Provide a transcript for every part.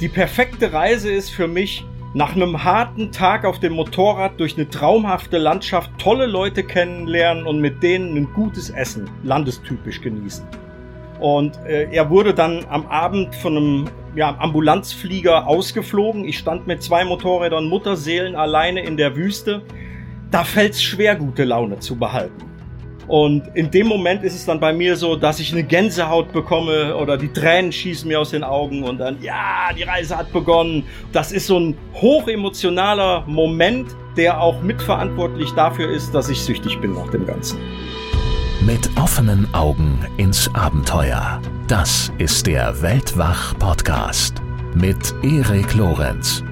Die perfekte Reise ist für mich, nach einem harten Tag auf dem Motorrad durch eine traumhafte Landschaft tolle Leute kennenlernen und mit denen ein gutes Essen landestypisch genießen. Und er wurde dann am Abend von einem Ambulanzflieger ausgeflogen. Ich stand mit 2 Motorrädern Mutterseelen alleine in der Wüste. Da fällt's schwer, gute Laune zu behalten. Und in dem Moment ist es dann bei mir so, dass ich eine Gänsehaut bekomme oder die Tränen schießen mir aus den Augen und dann, ja, die Reise hat begonnen. Das ist so ein hochemotionaler Moment, der auch mitverantwortlich dafür ist, dass ich süchtig bin nach dem Ganzen. Mit offenen Augen ins Abenteuer. Das ist der Weltwach-Podcast mit Erik Lorenz.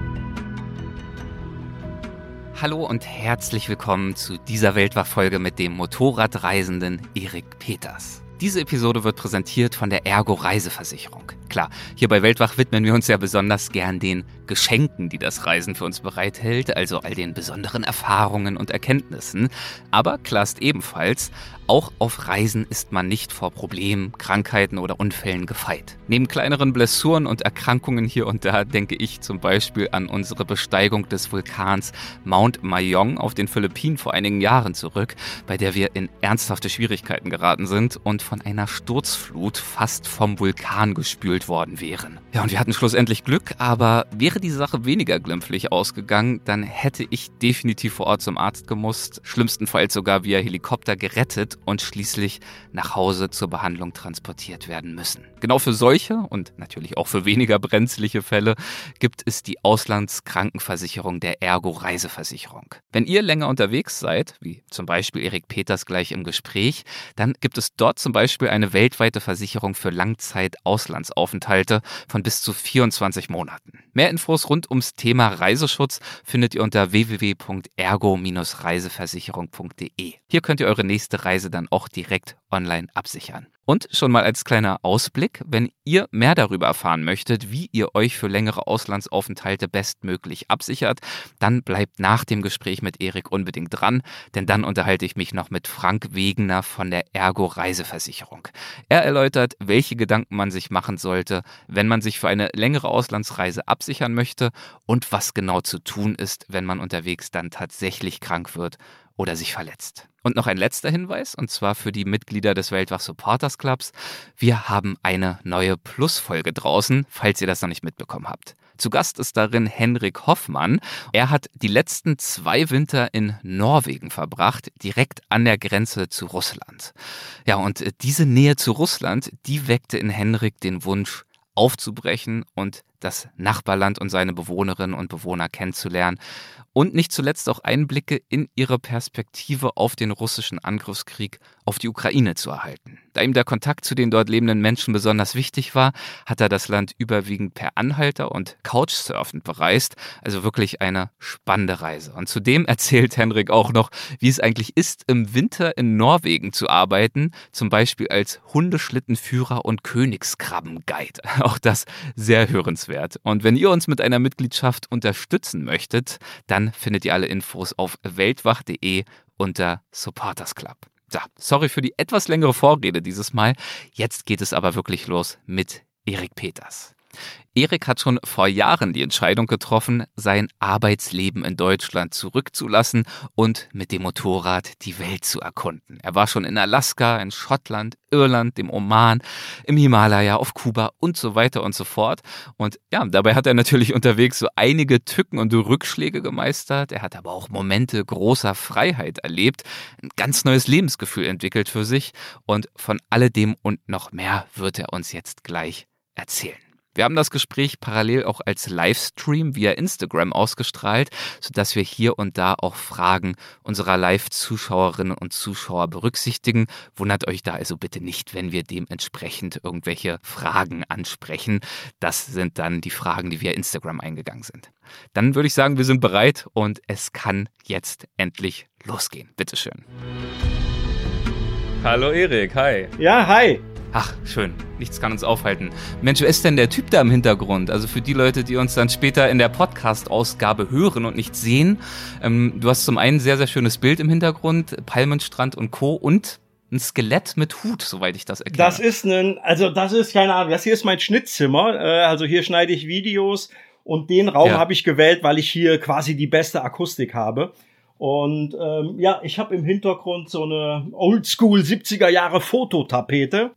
Hallo und herzlich willkommen zu dieser Weltwach-Folge mit dem Motorradreisenden Erik Peters. Diese Episode wird präsentiert von der Ergo Reiseversicherung. Klar, hier bei Weltwach widmen wir uns ja besonders gern den Geschenken, die das Reisen für uns bereithält, also all den besonderen Erfahrungen und Erkenntnissen. Aber klar ist ebenfalls, auch auf Reisen ist man nicht vor Problemen, Krankheiten oder Unfällen gefeit. Neben kleineren Blessuren und Erkrankungen hier und da denke ich zum Beispiel an unsere Besteigung des Vulkans Mount Mayong auf den Philippinen vor einigen Jahren zurück, bei der wir in ernsthafte Schwierigkeiten geraten sind und von einer Sturzflut fast vom Vulkan gespült worden wären. Ja, und wir hatten schlussendlich Glück, aber wäre die Sache weniger glimpflich ausgegangen, dann hätte ich definitiv vor Ort zum Arzt gemusst, schlimmstenfalls sogar via Helikopter gerettet und schließlich nach Hause zur Behandlung transportiert werden müssen. Genau für solche und natürlich auch für weniger brenzliche Fälle gibt es die Auslandskrankenversicherung der Ergo Reiseversicherung. Wenn ihr länger unterwegs seid, wie zum Beispiel Erik Peters gleich im Gespräch, dann gibt es dort zum Beispiel eine weltweite Versicherung für Langzeit-Auslandsaufenthalte von bis zu 24 Monaten. Mehr Infos rund ums Thema Reiseschutz findet ihr unter www.ergo-reiseversicherung.de. Hier könnt ihr eure nächste Reise dann auch direkt online absichern. Und schon mal als kleiner Ausblick, wenn ihr mehr darüber erfahren möchtet, wie ihr euch für längere Auslandsaufenthalte bestmöglich absichert, dann bleibt nach dem Gespräch mit Erik unbedingt dran, denn dann unterhalte ich mich noch mit Frank Wegener von der Ergo Reiseversicherung. Er erläutert, welche Gedanken man sich machen sollte, wenn man sich für eine längere Auslandsreise absichern möchte und was genau zu tun ist, wenn man unterwegs dann tatsächlich krank wird oder sich verletzt. Und noch ein letzter Hinweis, und zwar für die Mitglieder des Weltwach Supporters Clubs. Wir haben eine neue Plus-Folge draußen, falls ihr das noch nicht mitbekommen habt. Zu Gast ist darin Henrik Hoffmann. Er hat die letzten 2 Winter in Norwegen verbracht, direkt an der Grenze zu Russland. Ja, und diese Nähe zu Russland, die weckte in Henrik den Wunsch, aufzubrechen und das Nachbarland und seine Bewohnerinnen und Bewohner kennenzulernen und nicht zuletzt auch Einblicke in ihre Perspektive auf den russischen Angriffskrieg auf die Ukraine zu erhalten. Da ihm der Kontakt zu den dort lebenden Menschen besonders wichtig war, hat er das Land überwiegend per Anhalter und Couchsurfend bereist, also wirklich eine spannende Reise. Und zudem erzählt Henrik auch noch, wie es eigentlich ist, im Winter in Norwegen zu arbeiten, zum Beispiel als Hundeschlittenführer und Königskrabbenguide. Auch das sehr hörenswert. Und wenn ihr uns mit einer Mitgliedschaft unterstützen möchtet, dann findet ihr alle Infos auf weltwach.de unter Supporters Club. So, sorry für die etwas längere Vorrede dieses Mal. Jetzt geht es aber wirklich los mit Erik Peters. Erik hat schon vor Jahren die Entscheidung getroffen, sein Arbeitsleben in Deutschland zurückzulassen und mit dem Motorrad die Welt zu erkunden. Er war schon in Alaska, in Schottland, Irland, dem Oman, im Himalaya, auf Kuba und so weiter und so fort. Und ja, dabei hat er natürlich unterwegs so einige Tücken und Rückschläge gemeistert. Er hat aber auch Momente großer Freiheit erlebt, ein ganz neues Lebensgefühl entwickelt für sich. Und von alledem und noch mehr wird er uns jetzt gleich erzählen. Wir haben das Gespräch parallel auch als Livestream via Instagram ausgestrahlt, sodass wir hier und da auch Fragen unserer Live-Zuschauerinnen und Zuschauer berücksichtigen. Wundert euch da also bitte nicht, wenn wir dementsprechend irgendwelche Fragen ansprechen. Das sind dann die Fragen, die via Instagram eingegangen sind. Dann würde ich sagen, wir sind bereit und es kann jetzt endlich losgehen. Bitteschön. Hallo Erik, hi. Ja, hi. Ach, schön. Nichts kann uns aufhalten. Mensch, wer ist denn der Typ da im Hintergrund? Also für die Leute, die uns dann später in der Podcast-Ausgabe hören und nicht sehen. Du hast zum einen ein sehr, sehr schönes Bild im Hintergrund, Palmenstrand und Co. Und ein Skelett mit Hut, soweit ich das erkenne. Das ist keine Ahnung, das hier ist mein Schnittzimmer, also hier schneide ich Videos und den Raum habe ich gewählt, weil ich hier quasi die beste Akustik habe. Und ich habe im Hintergrund so eine Oldschool 70er Jahre Fototapete.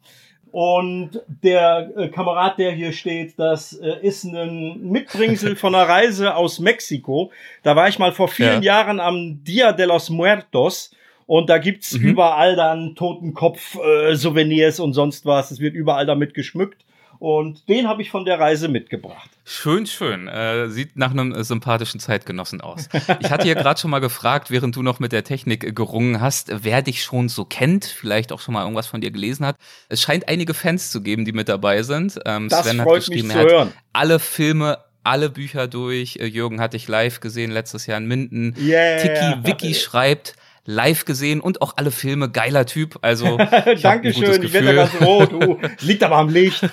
Und der Kamerad, der hier steht, das ist ein Mitbringsel von einer Reise aus Mexiko. Da war ich mal vor vielen Jahren am Dia de los Muertos. Und da gibt's überall dann Totenkopf-Souvenirs und sonst was. Es wird überall damit geschmückt. Und den habe ich von der Reise mitgebracht. Schön, schön. Sieht nach einem sympathischen Zeitgenossen aus. Ich hatte ja gerade schon mal gefragt, während du noch mit der Technik gerungen hast, wer dich schon so kennt, vielleicht auch schon mal irgendwas von dir gelesen hat. Es scheint einige Fans zu geben, die mit dabei sind. Das Sven freut hat geschrieben, mich zu hören. Alle Filme, alle Bücher durch. Jürgen hatte ich live gesehen letztes Jahr in Minden. Yeah. Tiki Vicky schreibt, live gesehen und auch alle Filme, geiler Typ, also Dankeschön, ich werde da ganz rot, liegt aber am Licht.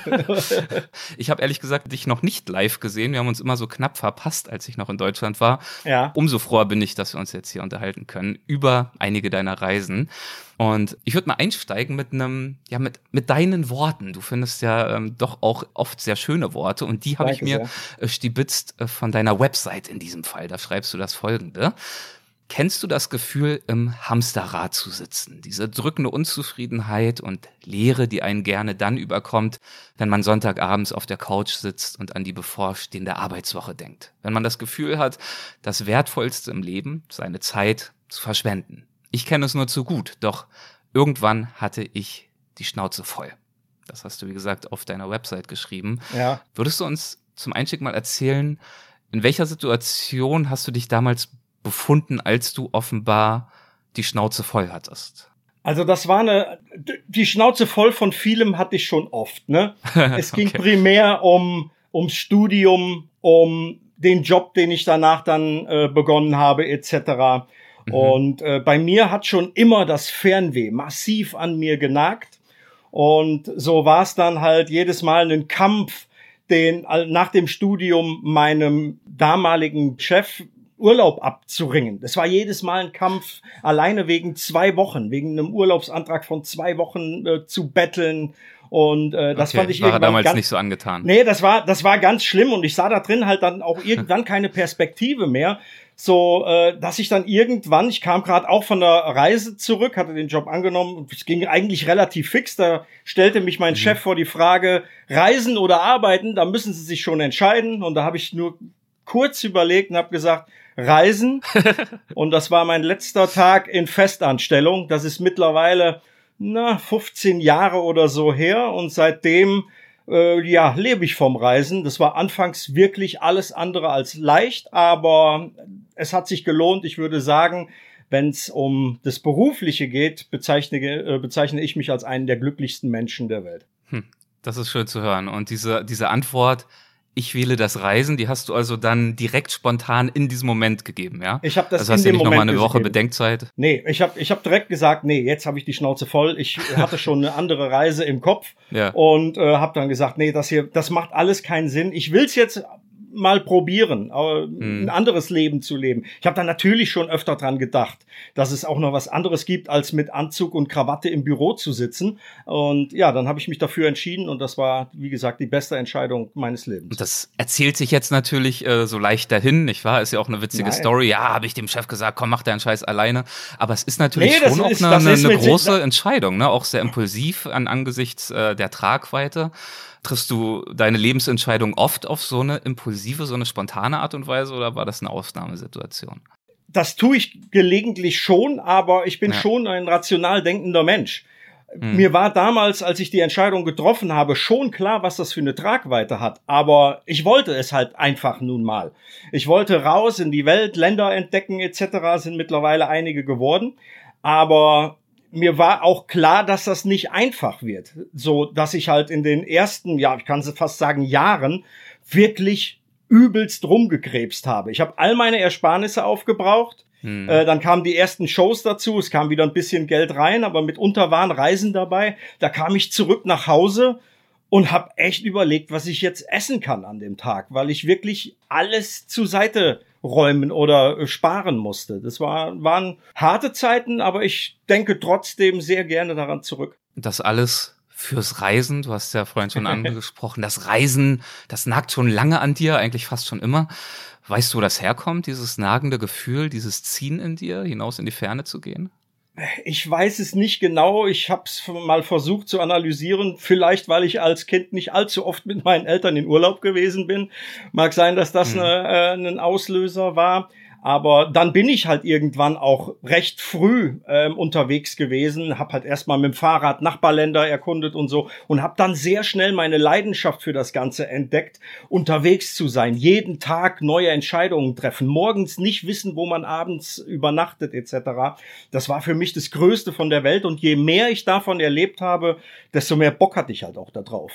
Ich habe ehrlich gesagt dich noch nicht live gesehen, wir haben uns immer so knapp verpasst, als ich noch in Deutschland war. Ja. Umso froher bin ich, dass wir uns jetzt hier unterhalten können über einige deiner Reisen. Und ich würde mal einsteigen mit mit deinen Worten. Du findest ja doch auch oft sehr schöne Worte und die habe ich mir stibitzt von deiner Website in diesem Fall. Da schreibst du das Folgende: Kennst du das Gefühl, im Hamsterrad zu sitzen? Diese drückende Unzufriedenheit und Leere, die einen gerne dann überkommt, wenn man Sonntagabends auf der Couch sitzt und an die bevorstehende Arbeitswoche denkt. Wenn man das Gefühl hat, das Wertvollste im Leben, seine Zeit zu verschwenden. Ich kenne es nur zu gut, doch irgendwann hatte ich die Schnauze voll. Das hast du, wie gesagt, auf deiner Website geschrieben. Ja. Würdest du uns zum Einstieg mal erzählen, in welcher Situation hast du dich damals befunden, als du offenbar die Schnauze voll hattest? Also das war die Schnauze voll von vielem hatte ich schon oft, ne? Es ging primär ums Studium, um den Job, den ich danach dann begonnen habe, etc. Und bei mir hat schon immer das Fernweh massiv an mir genagt. Und so war es dann halt jedes Mal ein Kampf, den nach dem Studium meinem damaligen Chef Urlaub abzuringen. Das war jedes Mal ein Kampf, alleine wegen 2 Wochen, wegen einem Urlaubsantrag von 2 Wochen zu betteln. Und das fand ich war damals nicht so angetan. Nee, das war ganz schlimm und ich sah da drin halt dann auch irgendwann keine Perspektive mehr. So, dass ich dann irgendwann, ich kam gerade auch von der Reise zurück, hatte den Job angenommen und es ging eigentlich relativ fix. Da stellte mich mein Chef vor die Frage, reisen oder arbeiten, da müssen Sie sich schon entscheiden. Und da habe ich nur kurz überlegt und habe gesagt, reisen. Und das war mein letzter Tag in Festanstellung. Das ist mittlerweile 15 Jahre oder so her. Und seitdem lebe ich vom Reisen. Das war anfangs wirklich alles andere als leicht, aber es hat sich gelohnt. Ich würde sagen, wenn es um das Berufliche geht, bezeichne ich mich als einen der glücklichsten Menschen der Welt. Das ist schön zu hören. Und diese Antwort, ich wähle das Reisen, die hast du also dann direkt spontan in diesem Moment gegeben, ja? Ich habe das also in dem Moment hast du nicht nochmal eine Woche gegeben. Bedenkzeit? Nee, ich hab direkt gesagt, nee, jetzt habe ich die Schnauze voll. Ich hatte schon eine andere Reise im Kopf und habe dann gesagt, nee, das macht alles keinen Sinn. Ich will's jetzt mal probieren, ein anderes Leben zu leben. Ich habe dann natürlich schon öfter dran gedacht, dass es auch noch was anderes gibt, als mit Anzug und Krawatte im Büro zu sitzen. Und ja, dann habe ich mich dafür entschieden und das war, wie gesagt, die beste Entscheidung meines Lebens. Und das erzählt sich jetzt natürlich so leicht dahin, nicht wahr? Ist ja auch eine witzige Story. Ja, habe ich dem Chef gesagt, komm, mach deinen Scheiß alleine. Aber es ist natürlich schon auch eine große Entscheidung, ne? Auch sehr impulsiv angesichts der Tragweite. Triffst du deine Lebensentscheidung oft auf so eine impulsive, so eine spontane Art und Weise oder war das eine Ausnahmesituation? Das tue ich gelegentlich schon, aber ich bin schon ein rational denkender Mensch. Mir war damals, als ich die Entscheidung getroffen habe, schon klar, was das für eine Tragweite hat. Aber ich wollte es halt einfach nun mal. Ich wollte raus in die Welt, Länder entdecken etc. Sind mittlerweile einige geworden. Aber mir war auch klar, dass das nicht einfach wird. So, dass ich halt in den ersten, ich kann es fast sagen, Jahren wirklich übelst rumgekrebst habe. Ich habe all meine Ersparnisse aufgebraucht. Dann kamen die ersten Shows dazu. Es kam wieder ein bisschen Geld rein, aber mitunter waren Reisen dabei. Da kam ich zurück nach Hause und habe echt überlegt, was ich jetzt essen kann an dem Tag, weil ich wirklich alles zur Seite räumen oder sparen musste. Das waren harte Zeiten, aber ich denke trotzdem sehr gerne daran zurück. Das alles fürs Reisen, du hast ja vorhin schon angesprochen, das Reisen, das nagt schon lange an dir, eigentlich fast schon immer. Weißt du, wo das herkommt, dieses nagende Gefühl, dieses Ziehen in dir, hinaus in die Ferne zu gehen? Ich weiß es nicht genau. Ich habe es mal versucht zu analysieren. Vielleicht, weil ich als Kind nicht allzu oft mit meinen Eltern in Urlaub gewesen bin. Mag sein, dass das ein Auslöser war. Aber dann bin ich halt irgendwann auch recht früh unterwegs gewesen, habe halt erstmal mit dem Fahrrad Nachbarländer erkundet und so und habe dann sehr schnell meine Leidenschaft für das Ganze entdeckt, unterwegs zu sein, jeden Tag neue Entscheidungen treffen, morgens nicht wissen, wo man abends übernachtet etc. Das war für mich das Größte von der Welt und je mehr ich davon erlebt habe, desto mehr Bock hatte ich halt auch da drauf.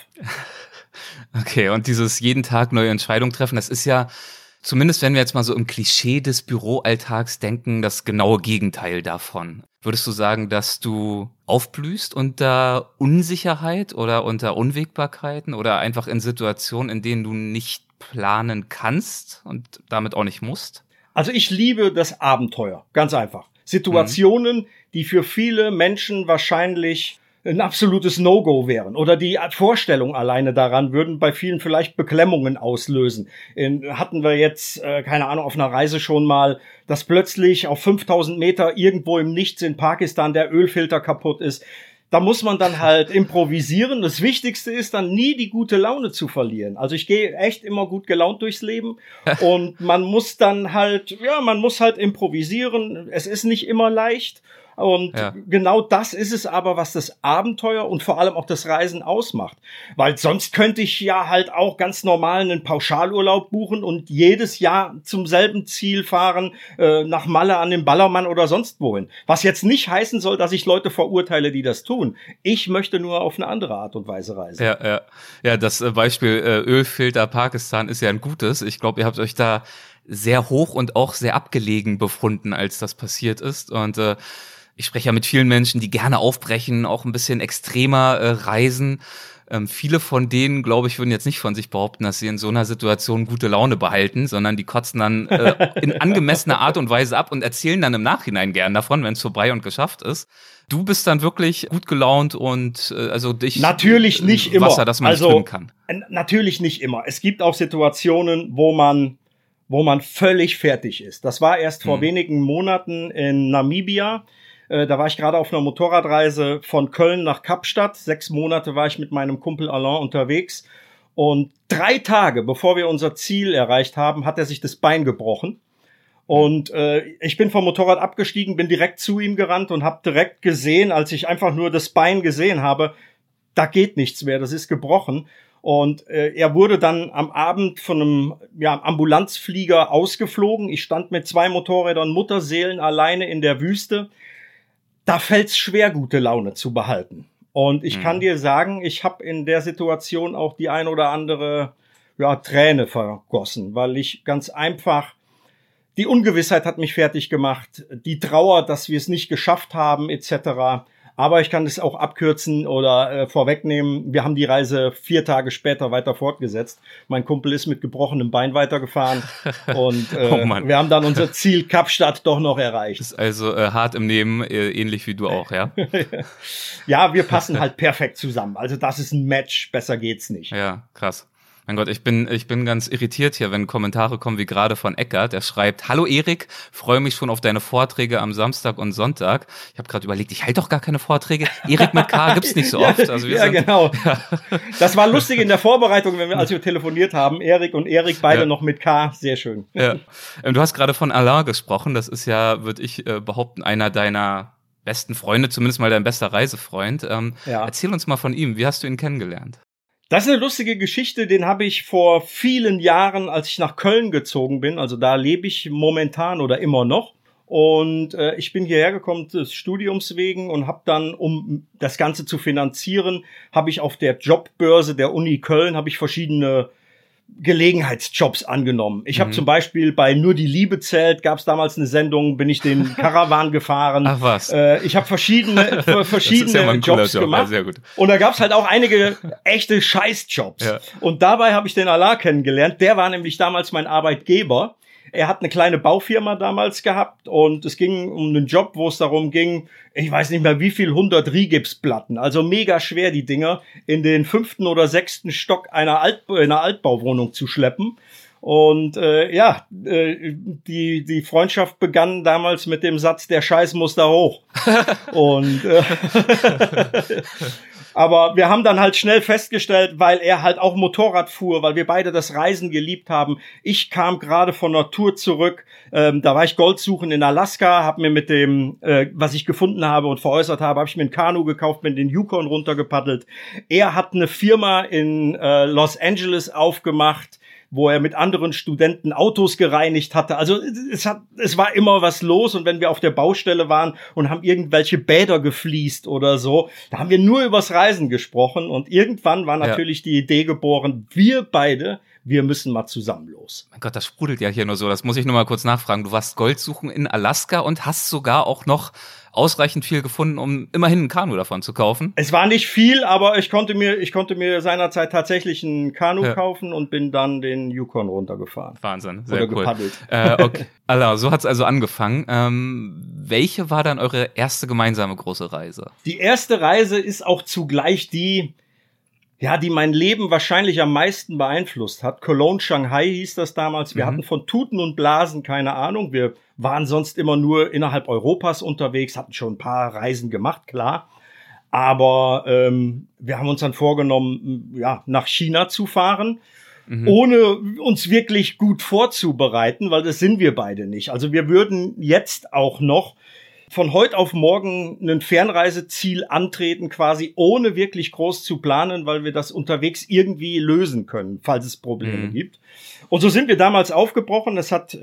Okay, und dieses jeden Tag neue Entscheidungen treffen, das ist ja zumindest, wenn wir jetzt mal so im Klischee des Büroalltags denken, das genaue Gegenteil davon. Würdest du sagen, dass du aufblühst unter Unsicherheit oder unter Unwägbarkeiten oder einfach in Situationen, in denen du nicht planen kannst und damit auch nicht musst? Also ich liebe das Abenteuer, ganz einfach. Situationen, die für viele Menschen wahrscheinlich ein absolutes No-Go wären oder die Vorstellung alleine daran würden bei vielen vielleicht Beklemmungen auslösen. Hatten wir jetzt, keine Ahnung, auf einer Reise schon mal, dass plötzlich auf 5000 Meter irgendwo im Nichts in Pakistan der Ölfilter kaputt ist. Da muss man dann halt improvisieren. Das Wichtigste ist dann nie die gute Laune zu verlieren. Also ich gehe echt immer gut gelaunt durchs Leben und man muss halt improvisieren. Es ist nicht immer leicht. Und genau das ist es aber, was das Abenteuer und vor allem auch das Reisen ausmacht. Weil sonst könnte ich ja halt auch ganz normal einen Pauschalurlaub buchen und jedes Jahr zum selben Ziel fahren, nach Malle an den Ballermann oder sonst wohin. Was jetzt nicht heißen soll, dass ich Leute verurteile, die das tun. Ich möchte nur auf eine andere Art und Weise reisen. Ja, das Beispiel Ölfilter Pakistan ist ja ein gutes. Ich glaube, ihr habt euch da sehr hoch und auch sehr abgelegen befunden, als das passiert ist. Und ich spreche ja mit vielen Menschen, die gerne aufbrechen, auch ein bisschen extremer reisen. Viele von denen, glaube ich, würden jetzt nicht von sich behaupten, dass sie in so einer Situation gute Laune behalten, sondern die kotzen dann in angemessener Art und Weise ab und erzählen dann im Nachhinein gern davon, wenn es vorbei und geschafft ist. Du bist dann wirklich gut gelaunt und also dich natürlich nicht immer, Wasser, das man nicht trinken kann. Natürlich nicht immer. Es gibt auch Situationen, wo man völlig fertig ist. Das war erst vor wenigen Monaten in Namibia. Da war ich gerade auf einer Motorradreise von Köln nach Kapstadt. 6 Monate war ich mit meinem Kumpel Alain unterwegs. Und 3 Tage, bevor wir unser Ziel erreicht haben, hat er sich das Bein gebrochen. Und ich bin vom Motorrad abgestiegen, bin direkt zu ihm gerannt und habe direkt gesehen, als ich einfach nur das Bein gesehen habe, da geht nichts mehr, das ist gebrochen. Und er wurde dann am Abend von einem Ambulanzflieger ausgeflogen. Ich stand mit 2 Motorrädern Mutterseelen alleine in der Wüste. Da fällt's schwer, gute Laune zu behalten. Und ich kann dir sagen, ich habe in der Situation auch die ein oder andere Träne vergossen, weil ich ganz einfach, die Ungewissheit hat mich fertig gemacht, die Trauer, dass wir es nicht geschafft haben, etc. Aber ich kann es auch abkürzen oder vorwegnehmen. Wir haben die Reise 4 Tage später weiter fortgesetzt. Mein Kumpel ist mit gebrochenem Bein weitergefahren und wir haben dann unser Ziel Kapstadt doch noch erreicht. Das ist also hart im Nehmen, ähnlich wie du auch, ja? Ja, wir passen halt perfekt zusammen. Also das ist ein Match, besser geht's nicht. Ja, krass. Mein Gott, ich bin ganz irritiert hier, wenn Kommentare kommen wie gerade von Eckart. Der schreibt: Hallo Erik, freue mich schon auf deine Vorträge am Samstag und Sonntag. Ich habe gerade überlegt, ich halte doch gar keine Vorträge. Erik mit K gibt's nicht so oft. Also wir sind, genau. Ja. Das war lustig in der Vorbereitung, als wir telefoniert haben. Erik und Erik, beide noch mit K. Sehr schön. Ja. Du hast gerade von Alain gesprochen. Das ist ja, würde ich behaupten, einer deiner besten Freunde, zumindest mal dein bester Reisefreund. Erzähl uns mal von ihm. Wie hast du ihn kennengelernt? Das ist eine lustige Geschichte, den habe ich vor vielen Jahren, als ich nach Köln gezogen bin, also da lebe ich momentan oder immer noch. Und ich bin hierher gekommen des Studiums wegen und habe dann, um das Ganze zu finanzieren, habe ich auf der Jobbörse der Uni Köln verschiedene Gelegenheitsjobs angenommen. Ich habe zum Beispiel bei Nur die Liebe zählt, gab es damals eine Sendung, bin ich den Caravan gefahren. Ach was. Ich habe verschiedene Jobs gemacht. Ja, sehr gut. Und da gab es halt auch einige echte Scheißjobs. Ja. Und dabei habe ich den Alain kennengelernt. Der war nämlich damals mein Arbeitgeber. Er hat eine kleine Baufirma damals gehabt und es ging um einen Job, wo es darum ging, ich weiß nicht mehr wie viel, 100 Rigipsplatten, also mega schwer die Dinger, in den 5. oder 6. Stock einer Altbauwohnung zu schleppen. Und die Freundschaft begann damals mit dem Satz, der Scheiß muss da hoch. Und aber wir haben dann halt schnell festgestellt, weil er halt auch Motorrad fuhr, weil wir beide das Reisen geliebt haben. Ich kam gerade von einer Tour zurück, da war ich Gold suchen in Alaska, habe mir mit dem, was ich gefunden habe und veräußert habe ich mir ein Kanu gekauft, bin den Yukon runtergepaddelt. Er hat eine Firma in Los Angeles aufgemacht, wo er mit anderen Studenten Autos gereinigt hatte. Also es war immer was los und wenn wir auf der Baustelle waren und haben irgendwelche Bäder gefliest oder so, da haben wir nur übers Reisen gesprochen und irgendwann war natürlich die Idee geboren, wir müssen mal zusammen los. Mein Gott, das sprudelt ja hier nur so, das muss ich nur mal kurz nachfragen. Du warst Gold suchen in Alaska und hast sogar auch noch ausreichend viel gefunden, um immerhin ein Kanu davon zu kaufen. Es war nicht viel, aber ich konnte mir seinerzeit tatsächlich ein Kanu kaufen und bin dann den Yukon runtergefahren. Wahnsinn, sehr oder cool. Gepaddelt. Okay. Also, so hat's also angefangen. Welche war dann eure erste gemeinsame große Reise? Die erste Reise ist auch zugleich die mein Leben wahrscheinlich am meisten beeinflusst hat. Cologne, Shanghai hieß das damals. Wir hatten von Tuten und Blasen keine Ahnung. Wir waren sonst immer nur innerhalb Europas unterwegs, hatten schon ein paar Reisen gemacht, klar. Aber wir haben uns dann vorgenommen, nach China zu fahren, ohne uns wirklich gut vorzubereiten, weil das sind wir beide nicht. Also wir würden jetzt auch noch von heute auf morgen ein Fernreiseziel antreten, quasi ohne wirklich groß zu planen, weil wir das unterwegs irgendwie lösen können, falls es Probleme gibt. Und so sind wir damals aufgebrochen. Es hat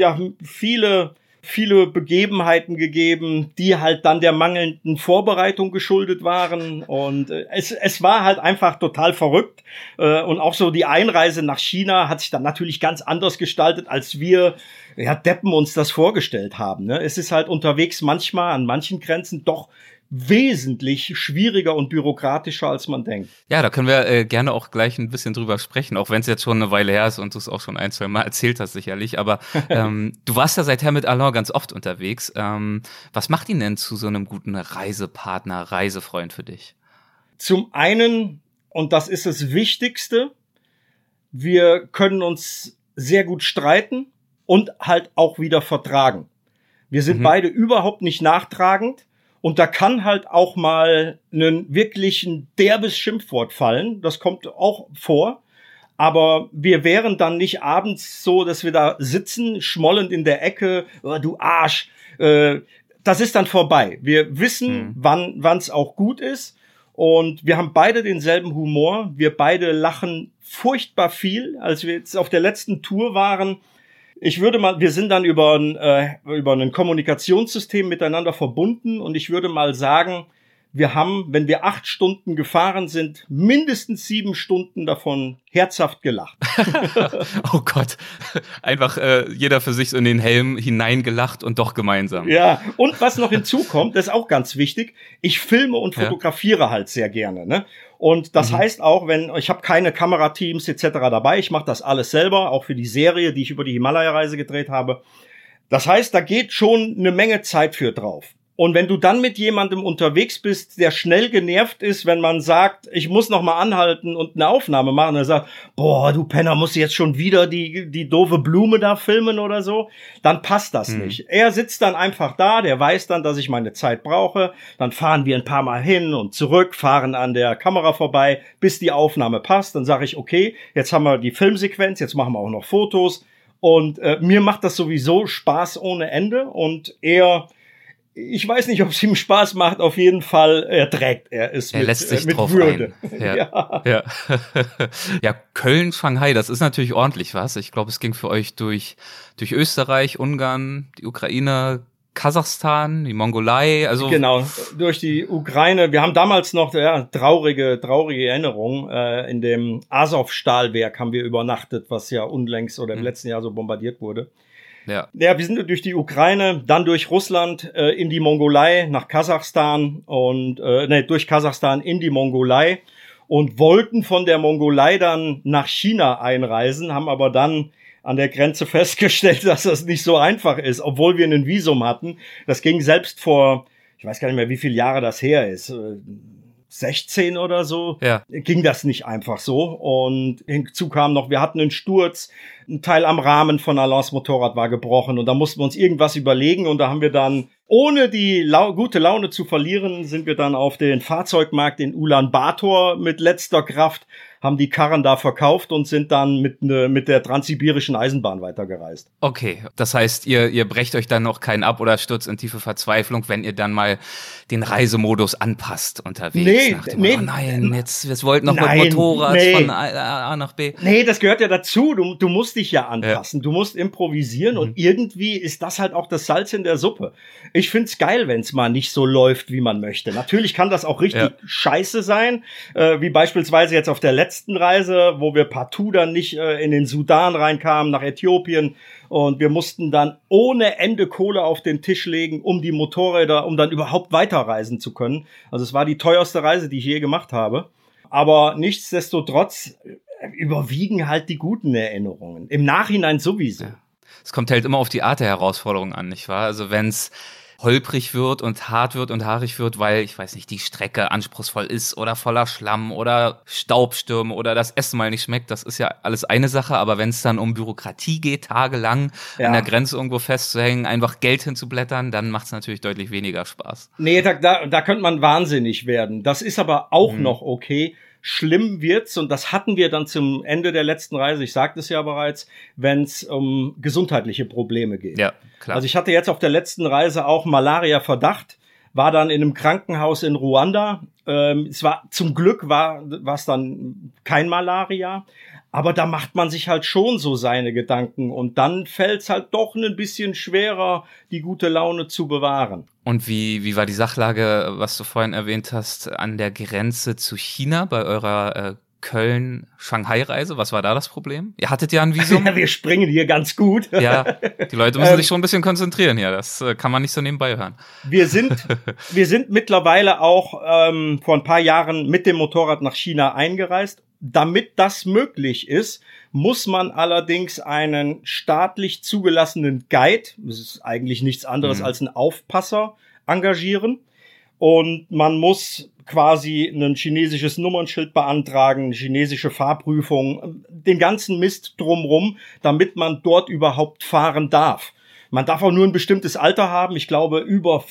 viele Begebenheiten gegeben, die halt dann der mangelnden Vorbereitung geschuldet waren. Und es war halt einfach total verrückt. Und auch so die Einreise nach China hat sich dann natürlich ganz anders gestaltet, als wir Deppen uns das vorgestellt haben. Ne? Es ist halt unterwegs manchmal an manchen Grenzen doch wesentlich schwieriger und bürokratischer, als man denkt. Ja, da können wir gerne auch gleich ein bisschen drüber sprechen, auch wenn es jetzt schon eine Weile her ist und du es auch schon 1-2 Mal erzählt hast sicherlich. Aber du warst ja seither mit Alain ganz oft unterwegs. Was macht ihn denn zu so einem guten Reisepartner, Reisefreund für dich? Zum einen, und das ist das Wichtigste, wir können uns sehr gut streiten und halt auch wieder vertragen. Wir sind beide überhaupt nicht nachtragend. Und da kann halt auch mal ein derbes Schimpfwort fallen. Das kommt auch vor. Aber wir wären dann nicht abends so, dass wir da sitzen, schmollend in der Ecke, oh, du Arsch. Das ist dann vorbei. Wir wissen, wann's auch gut ist. Und wir haben beide denselben Humor. Wir beide lachen furchtbar viel. Als wir jetzt auf der letzten Tour waren, wir sind dann über ein Kommunikationssystem miteinander verbunden und ich würde mal sagen, wir haben, wenn wir 8 Stunden gefahren sind, mindestens 7 Stunden davon herzhaft gelacht. Oh Gott, einfach jeder für sich so in den Helm hineingelacht und doch gemeinsam. Ja, und was noch hinzukommt, das ist auch ganz wichtig, ich filme und fotografiere halt sehr gerne, ne? Und das heißt auch, ich habe keine Kamerateams etc. dabei, ich mache das alles selber, auch für die Serie, die ich über die Himalaya-Reise gedreht habe. Das heißt, da geht schon eine Menge Zeit für drauf. Und wenn du dann mit jemandem unterwegs bist, der schnell genervt ist, wenn man sagt, ich muss noch mal anhalten und eine Aufnahme machen, er sagt, boah, du Penner, musst du jetzt schon wieder die doofe Blume da filmen oder so, dann passt das nicht. Er sitzt dann einfach da, der weiß dann, dass ich meine Zeit brauche, dann fahren wir ein paar Mal hin und zurück, fahren an der Kamera vorbei, bis die Aufnahme passt, dann sage ich, okay, jetzt haben wir die Filmsequenz, jetzt machen wir auch noch Fotos und mir macht das sowieso Spaß ohne Ende und ich weiß nicht, ob es ihm Spaß macht, auf jeden Fall, er lässt sich mit drauf Würde. Ein. Ja. Ja, Köln, Shanghai, das ist natürlich ordentlich was. Ich glaube, es ging für euch durch Österreich, Ungarn, die Ukraine, Kasachstan, die Mongolei, also. Genau, durch die Ukraine. Wir haben damals noch, traurige Erinnerungen. In dem Azov-Stahlwerk haben wir übernachtet, was ja unlängst oder im letzten Jahr so bombardiert wurde. Ja, wir sind durch die Ukraine, dann durch Russland in die Mongolei, nach Kasachstan und durch Kasachstan in die Mongolei und wollten von der Mongolei dann nach China einreisen, haben aber dann an der Grenze festgestellt, dass das nicht so einfach ist, obwohl wir ein Visum hatten. Das ging selbst vor, ich weiß gar nicht mehr, wie viele Jahre das her ist, 16 oder so, ging das nicht einfach so. Und hinzu kam noch, wir hatten einen Sturz, ein Teil am Rahmen von Alains Motorrad war gebrochen und da mussten wir uns irgendwas überlegen und da haben wir dann, ohne die gute Laune zu verlieren, sind wir dann auf den Fahrzeugmarkt in Ulaanbaatar mit letzter Kraft, haben die Karren da verkauft und sind dann mit der transsibirischen Eisenbahn weitergereist. Okay, das heißt, ihr brecht euch dann noch keinen ab oder stürzt in tiefe Verzweiflung, wenn ihr dann mal den Reisemodus anpasst unterwegs. Jetzt wollten noch mit Motorrad von A nach B. Nee, das gehört ja dazu. Du musst dich ja anpassen. Du musst improvisieren und irgendwie ist das halt auch das Salz in der Suppe. Ich find's geil, wenn's mal nicht so läuft, wie man möchte. Natürlich kann das auch richtig scheiße sein, wie beispielsweise jetzt auf der letzten Reise, wo wir partout dann nicht in den Sudan reinkamen, nach Äthiopien und wir mussten dann ohne Ende Kohle auf den Tisch legen, um die Motorräder, um dann überhaupt weiterreisen zu können. Also es war die teuerste Reise, die ich je gemacht habe. Aber nichtsdestotrotz überwiegen halt die guten Erinnerungen. Im Nachhinein sowieso. Ja. Es kommt halt immer auf die Art der Herausforderung an, nicht wahr? Also wenn's holprig wird und hart wird und haarig wird, weil, ich weiß nicht, die Strecke anspruchsvoll ist oder voller Schlamm oder Staubstürme oder das Essen mal nicht schmeckt, das ist ja alles eine Sache, aber wenn es dann um Bürokratie geht, tagelang an der Grenze irgendwo festzuhängen, einfach Geld hinzublättern, dann macht es natürlich deutlich weniger Spaß. Nee, da könnte man wahnsinnig werden. Das ist aber auch noch okay. Schlimm wird's, und das hatten wir dann zum Ende der letzten Reise, ich sagte es ja bereits, wenn es um gesundheitliche Probleme geht. Ja, klar. Also ich hatte jetzt auf der letzten Reise auch Malaria-Verdacht, war dann in einem Krankenhaus in Ruanda. Zum Glück war es dann kein Malaria, aber da macht man sich halt schon so seine Gedanken und dann fällt's halt doch ein bisschen schwerer, die gute Laune zu bewahren. Und wie war die Sachlage, was du vorhin erwähnt hast, an der Grenze zu China bei eurer Köln-Shanghai-Reise? Was war da das Problem? Ihr hattet ja ein Visum. Ja, wir springen hier ganz gut. Ja, die Leute müssen sich schon ein bisschen konzentrieren hier. Das kann man nicht so nebenbei hören. Wir sind mittlerweile auch vor ein paar Jahren mit dem Motorrad nach China eingereist. Damit das möglich ist, muss man allerdings einen staatlich zugelassenen Guide, das ist eigentlich nichts anderes als ein Aufpasser, engagieren. Und man muss quasi ein chinesisches Nummernschild beantragen, eine chinesische Fahrprüfung, den ganzen Mist drumrum, damit man dort überhaupt fahren darf. Man darf auch nur ein bestimmtes Alter haben. Ich glaube, über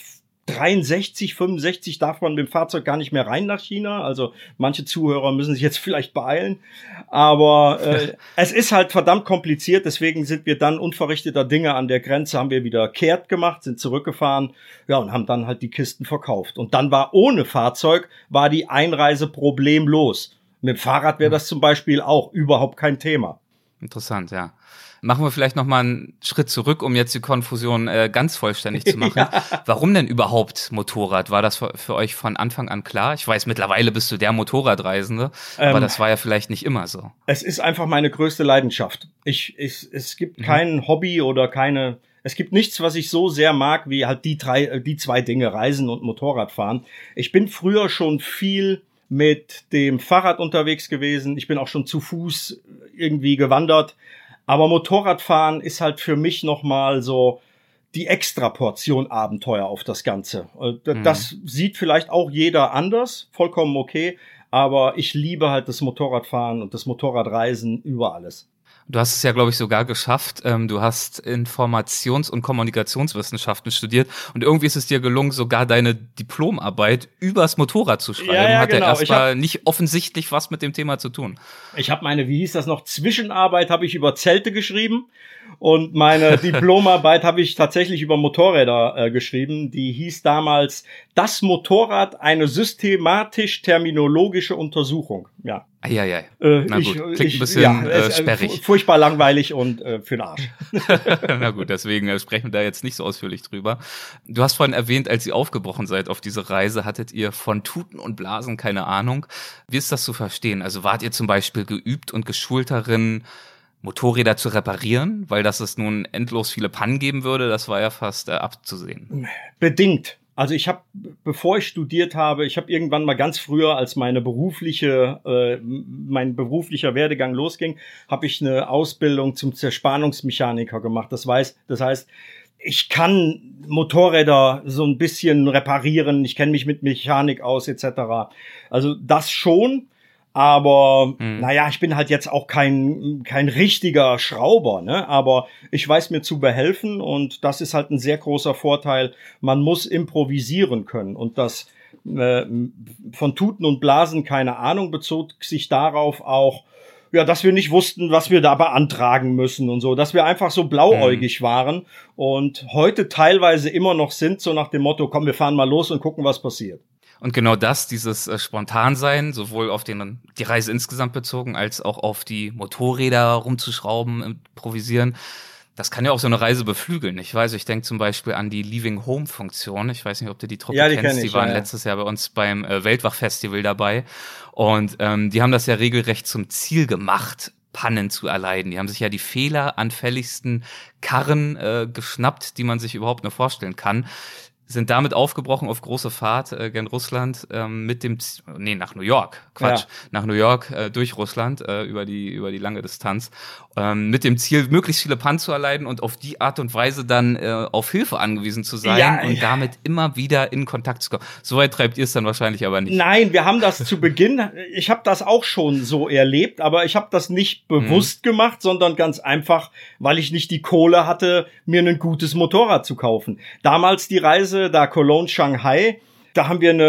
63, 65 darf man mit dem Fahrzeug gar nicht mehr rein nach China. Also manche Zuhörer müssen sich jetzt vielleicht beeilen. Aber es ist halt verdammt kompliziert. Deswegen sind wir dann unverrichteter Dinge an der Grenze, haben wir wieder kehrt gemacht, sind zurückgefahren, ja, und haben dann halt die Kisten verkauft. Und dann war ohne Fahrzeug, war die Einreise problemlos. Mit dem Fahrrad wäre das zum Beispiel auch überhaupt kein Thema. Interessant, ja. Machen wir vielleicht noch mal einen Schritt zurück, um jetzt die Konfusion ganz vollständig zu machen. Ja. Warum denn überhaupt Motorrad? War das für euch von Anfang an klar? Ich weiß, mittlerweile bist du der Motorradreisende, aber das war ja vielleicht nicht immer so. Es ist einfach meine größte Leidenschaft. Es gibt kein Hobby oder es gibt nichts, was ich so sehr mag, wie halt die zwei Dinge, Reisen und Motorradfahren. Ich bin früher schon viel mit dem Fahrrad unterwegs gewesen. Ich bin auch schon zu Fuß irgendwie gewandert. Aber Motorradfahren ist halt für mich nochmal so die Extraportion Abenteuer auf das Ganze. Das sieht vielleicht auch jeder anders, vollkommen okay. Aber ich liebe halt das Motorradfahren und das Motorradreisen über alles. Du hast es ja, glaube ich, sogar geschafft. Du hast Informations- und Kommunikationswissenschaften studiert und irgendwie ist es dir gelungen, sogar deine Diplomarbeit übers Motorrad zu schreiben. Ja, hat genau. ja erstmal nicht offensichtlich was mit dem Thema zu tun. Ich habe Zwischenarbeit habe ich über Zelte geschrieben und meine Diplomarbeit habe ich tatsächlich über Motorräder geschrieben. Die hieß damals Das Motorrad, eine systematisch-terminologische Untersuchung. Ja. Eieiei. Na gut, klingt ein bisschen sperrig. Furchtbar langweilig und für den Arsch. Na gut, deswegen sprechen wir da jetzt nicht so ausführlich drüber. Du hast vorhin erwähnt, als ihr aufgebrochen seid auf diese Reise, hattet ihr von Tuten und Blasen keine Ahnung. Wie ist das zu verstehen? Also wart ihr zum Beispiel geübt und geschult darin, Motorräder zu reparieren, weil das es nun endlos viele Pannen geben würde? Das war ja fast abzusehen. Bedingt. Also ich habe, bevor ich studiert habe, ich habe irgendwann mal ganz früher, als mein beruflicher Werdegang losging, habe ich eine Ausbildung zum Zerspannungsmechaniker gemacht. Das heißt, ich kann Motorräder so ein bisschen reparieren, ich kenne mich mit Mechanik aus, etc. Also das schon. Aber naja, ich bin halt jetzt auch kein richtiger Schrauber, ne? Aber ich weiß mir zu behelfen und das ist halt ein sehr großer Vorteil. Man muss improvisieren können und das von Tuten und Blasen keine Ahnung bezog sich darauf auch, ja, dass wir nicht wussten, was wir da beantragen müssen und so, dass wir einfach so blauäugig waren und heute teilweise immer noch sind, so nach dem Motto, komm, wir fahren mal los und gucken, was passiert. Und genau das, dieses Spontansein, sowohl auf die Reise insgesamt bezogen, als auch auf die Motorräder rumzuschrauben, improvisieren, das kann ja auch so eine Reise beflügeln. Ich denke zum Beispiel an die Leaving Home Funktion. Ich weiß nicht, ob du die Truppe kennst. Die waren letztes Jahr bei uns beim Weltwach-Festival dabei. Und die haben das ja regelrecht zum Ziel gemacht, Pannen zu erleiden. Die haben sich ja die fehleranfälligsten Karren geschnappt, die man sich überhaupt nur vorstellen kann. Sind damit aufgebrochen auf große Fahrt gen Russland nach New York. Nach New York durch Russland über die lange Distanz mit dem Ziel, möglichst viele Pannen zu erleiden und auf die Art und Weise dann auf Hilfe angewiesen zu sein und damit immer wieder in Kontakt zu kommen. Soweit treibt ihr es dann wahrscheinlich aber nicht. Nein, wir haben das zu Beginn, ich habe das auch schon so erlebt, aber ich habe das nicht bewusst gemacht, sondern ganz einfach, weil ich nicht die Kohle hatte, mir ein gutes Motorrad zu kaufen. Damals die Reise da Cologne, Shanghai, da haben wir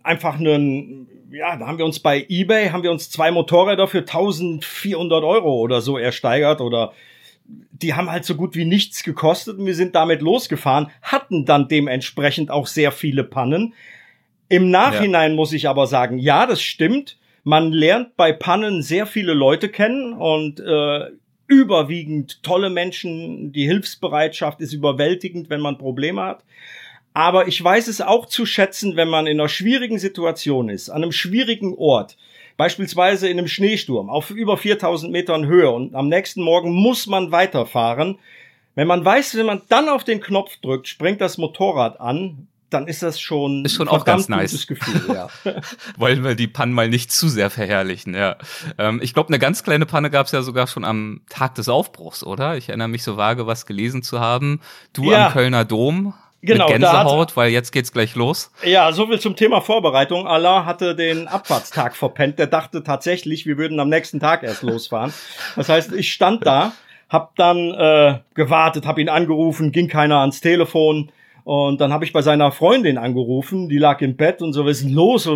da haben wir uns bei eBay, 2 Motorräder für 1.400 € oder so ersteigert oder die haben halt so gut wie nichts gekostet und wir sind damit losgefahren, hatten dann dementsprechend auch sehr viele Pannen. Im Nachhinein muss ich aber sagen, ja, das stimmt. Man lernt bei Pannen sehr viele Leute kennen und überwiegend tolle Menschen. Die Hilfsbereitschaft ist überwältigend, wenn man Probleme hat. Aber ich weiß es auch zu schätzen, wenn man in einer schwierigen Situation ist, an einem schwierigen Ort, beispielsweise in einem Schneesturm auf über 4.000 Metern Höhe und am nächsten Morgen muss man weiterfahren. Wenn man weiß, wenn man dann auf den Knopf drückt, springt das Motorrad an, dann ist das schon auch ganz nice. Gutes Gefühl, ja. Wollen wir die Pannen mal nicht zu sehr verherrlichen, ja. Ich glaube, eine ganz kleine Panne gab es ja sogar schon am Tag des Aufbruchs, oder? Ich erinnere mich so vage, was gelesen zu haben. Du am Kölner Dom. Genau, mit Gänsehaut, weil jetzt geht's gleich los. Ja, so viel zum Thema Vorbereitung. Alain hatte den Abfahrtstag verpennt. Der dachte tatsächlich, wir würden am nächsten Tag erst losfahren. Das heißt, ich stand da, hab dann gewartet, hab ihn angerufen, ging keiner ans Telefon. Und dann habe ich bei seiner Freundin angerufen, die lag im Bett und so, was ist denn los?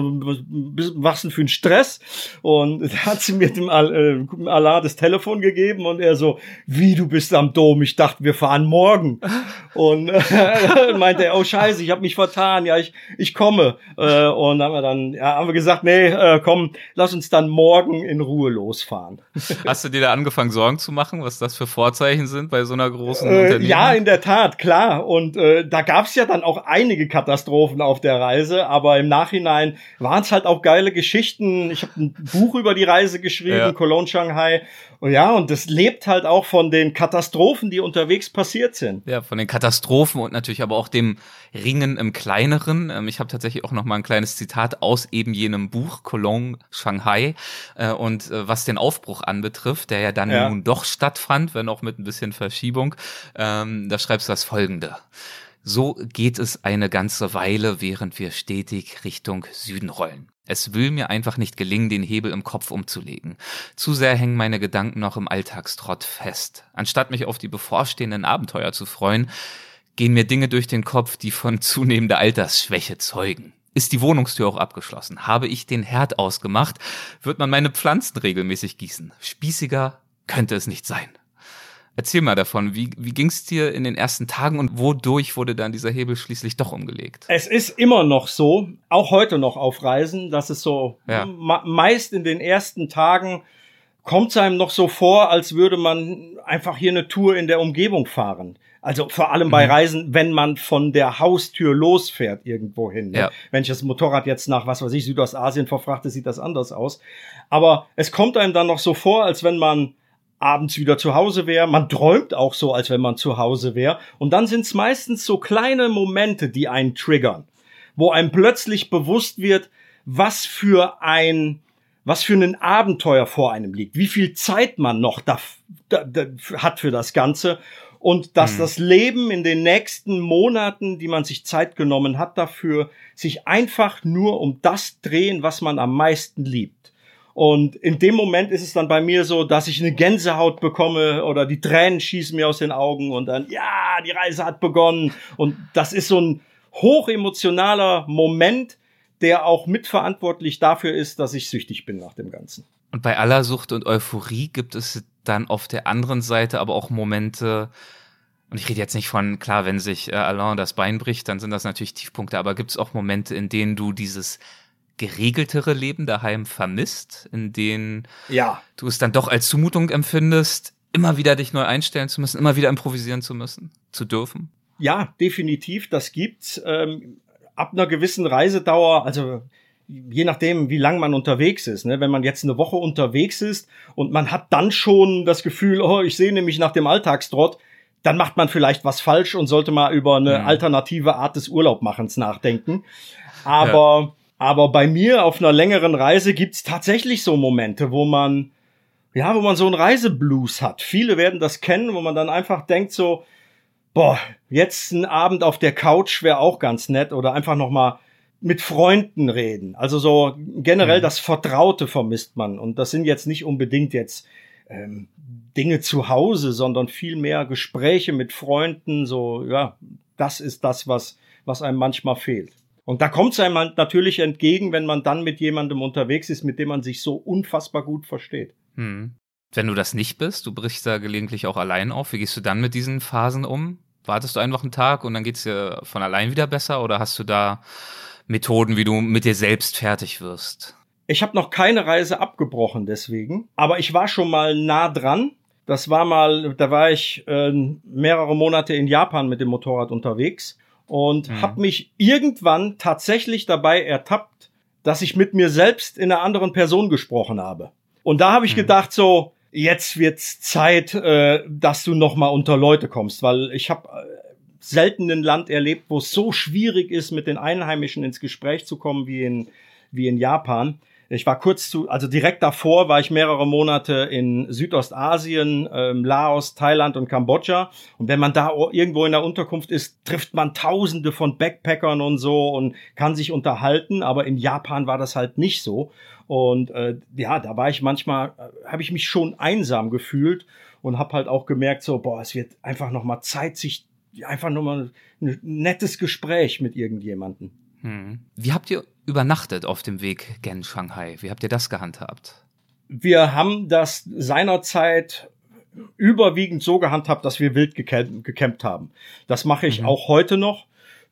Was denn für ein Stress? Und da hat sie mir dem Alain das Telefon gegeben und er so, wie, du bist am Dom? Ich dachte, wir fahren morgen. Und meinte er, oh scheiße, ich habe mich vertan, ja, ich komme. Und haben wir gesagt, nee, komm, lass uns dann morgen in Ruhe losfahren. Hast du dir da angefangen, Sorgen zu machen, was das für Vorzeichen sind bei so einer großen Unternehmung? Ja, in der Tat, klar. Und da gab es ja dann auch einige Katastrophen auf der Reise, aber im Nachhinein waren es halt auch geile Geschichten. Ich habe ein Buch über die Reise geschrieben, Cologne, Shanghai. Und ja, und das lebt halt auch von den Katastrophen, die unterwegs passiert sind. Ja, von den Katastrophen und natürlich aber auch dem Ringen im Kleineren. Ich habe tatsächlich auch noch mal ein kleines Zitat aus eben jenem Buch, Cologne, Shanghai. Und was den Aufbruch anbetrifft, der ja dann nun doch stattfand, wenn auch mit ein bisschen Verschiebung, da schreibst du das Folgende. So geht es eine ganze Weile, während wir stetig Richtung Süden rollen. Es will mir einfach nicht gelingen, den Hebel im Kopf umzulegen. Zu sehr hängen meine Gedanken noch im Alltagstrott fest. Anstatt mich auf die bevorstehenden Abenteuer zu freuen, gehen mir Dinge durch den Kopf, die von zunehmender Altersschwäche zeugen. Ist die Wohnungstür auch abgeschlossen? Habe ich den Herd ausgemacht? Wird man meine Pflanzen regelmäßig gießen? Spießiger könnte es nicht sein. Erzähl mal davon, wie ging's dir in den ersten Tagen und wodurch wurde dann dieser Hebel schließlich doch umgelegt? Es ist immer noch so, auch heute noch auf Reisen, dass es so meist in den ersten Tagen kommt es einem noch so vor, als würde man einfach hier eine Tour in der Umgebung fahren. Also vor allem bei Reisen, wenn man von der Haustür losfährt irgendwo hin. Ja. Wenn ich das Motorrad jetzt nach, was weiß ich, Südostasien verfrachte, sieht das anders aus. Aber es kommt einem dann noch so vor, als wenn man abends wieder zu Hause wäre. Man träumt auch so, als wenn man zu Hause wäre. Und dann sind es meistens so kleine Momente, die einen triggern. wo einem plötzlich bewusst wird, was für ein Abenteuer vor einem liegt, wie viel Zeit man noch hat für das Ganze und dass das Leben in den nächsten Monaten, die man sich Zeit genommen hat dafür, sich einfach nur um das drehen, was man am meisten liebt. Und in dem Moment ist es dann bei mir so, dass ich eine Gänsehaut bekomme oder die Tränen schießen mir aus den Augen und dann, ja, die Reise hat begonnen. Und das ist so ein hochemotionaler Moment, der auch mitverantwortlich dafür ist, dass ich süchtig bin nach dem Ganzen. Und bei aller Sucht und Euphorie gibt es dann auf der anderen Seite aber auch Momente, und ich rede jetzt nicht von, klar, wenn sich Alain das Bein bricht, dann sind das natürlich Tiefpunkte, aber gibt es auch Momente, in denen du dieses geregeltere Leben daheim vermisst, in denen du es dann doch als Zumutung empfindest, immer wieder dich neu einstellen zu müssen, immer wieder improvisieren zu müssen, zu dürfen? Ja, definitiv, das gibt's. Ab einer gewissen Reisedauer, also je nachdem, wie lang man unterwegs ist, ne? Wenn man jetzt eine Woche unterwegs ist und man hat dann schon das Gefühl, oh, ich sehne mich nach dem Alltagstrott, dann macht man vielleicht was falsch und sollte mal über eine alternative Art des Urlaubmachens nachdenken. Aber bei mir auf einer längeren Reise gibt's tatsächlich so Momente, wo man so einen Reiseblues hat. Viele werden das kennen, wo man dann einfach denkt so, boah, jetzt ein Abend auf der Couch wäre auch ganz nett oder einfach noch mal mit Freunden reden. Also so generell das Vertraute vermisst man. Und das sind jetzt nicht unbedingt jetzt Dinge zu Hause, sondern vielmehr Gespräche mit Freunden. So, ja, das ist das, was einem manchmal fehlt. Und da kommt es einem natürlich entgegen, wenn man dann mit jemandem unterwegs ist, mit dem man sich so unfassbar gut versteht. Wenn du das nicht bist, du brichst da gelegentlich auch allein auf, wie gehst du dann mit diesen Phasen um? Wartest du einfach einen Tag und dann geht's dir von allein wieder besser oder hast du da Methoden, wie du mit dir selbst fertig wirst? Ich habe noch keine Reise abgebrochen deswegen, aber ich war schon mal nah dran. Da war ich mehrere Monate in Japan mit dem Motorrad unterwegs und habe mich irgendwann tatsächlich dabei ertappt, dass ich mit mir selbst in einer anderen Person gesprochen habe. Und da habe ich gedacht so, jetzt wird's Zeit, dass du noch mal unter Leute kommst, weil ich habe selten ein Land erlebt, wo es so schwierig ist, mit den Einheimischen ins Gespräch zu kommen wie in Japan. Ich war direkt davor war ich mehrere Monate in Südostasien, Laos, Thailand und Kambodscha. Und wenn man da irgendwo in der Unterkunft ist, trifft man Tausende von Backpackern und so und kann sich unterhalten. Aber in Japan war das halt nicht so. Und da war ich manchmal, habe ich mich schon einsam gefühlt und habe halt auch gemerkt, so, boah, es wird einfach noch mal Zeit, sich einfach nur mal ein nettes Gespräch mit irgendjemandem. Wie habt ihr übernachtet auf dem Weg gen Shanghai? Wie habt ihr das gehandhabt? Wir haben das seinerzeit überwiegend so gehandhabt, dass wir wild gecampt haben. Das mache ich auch heute noch.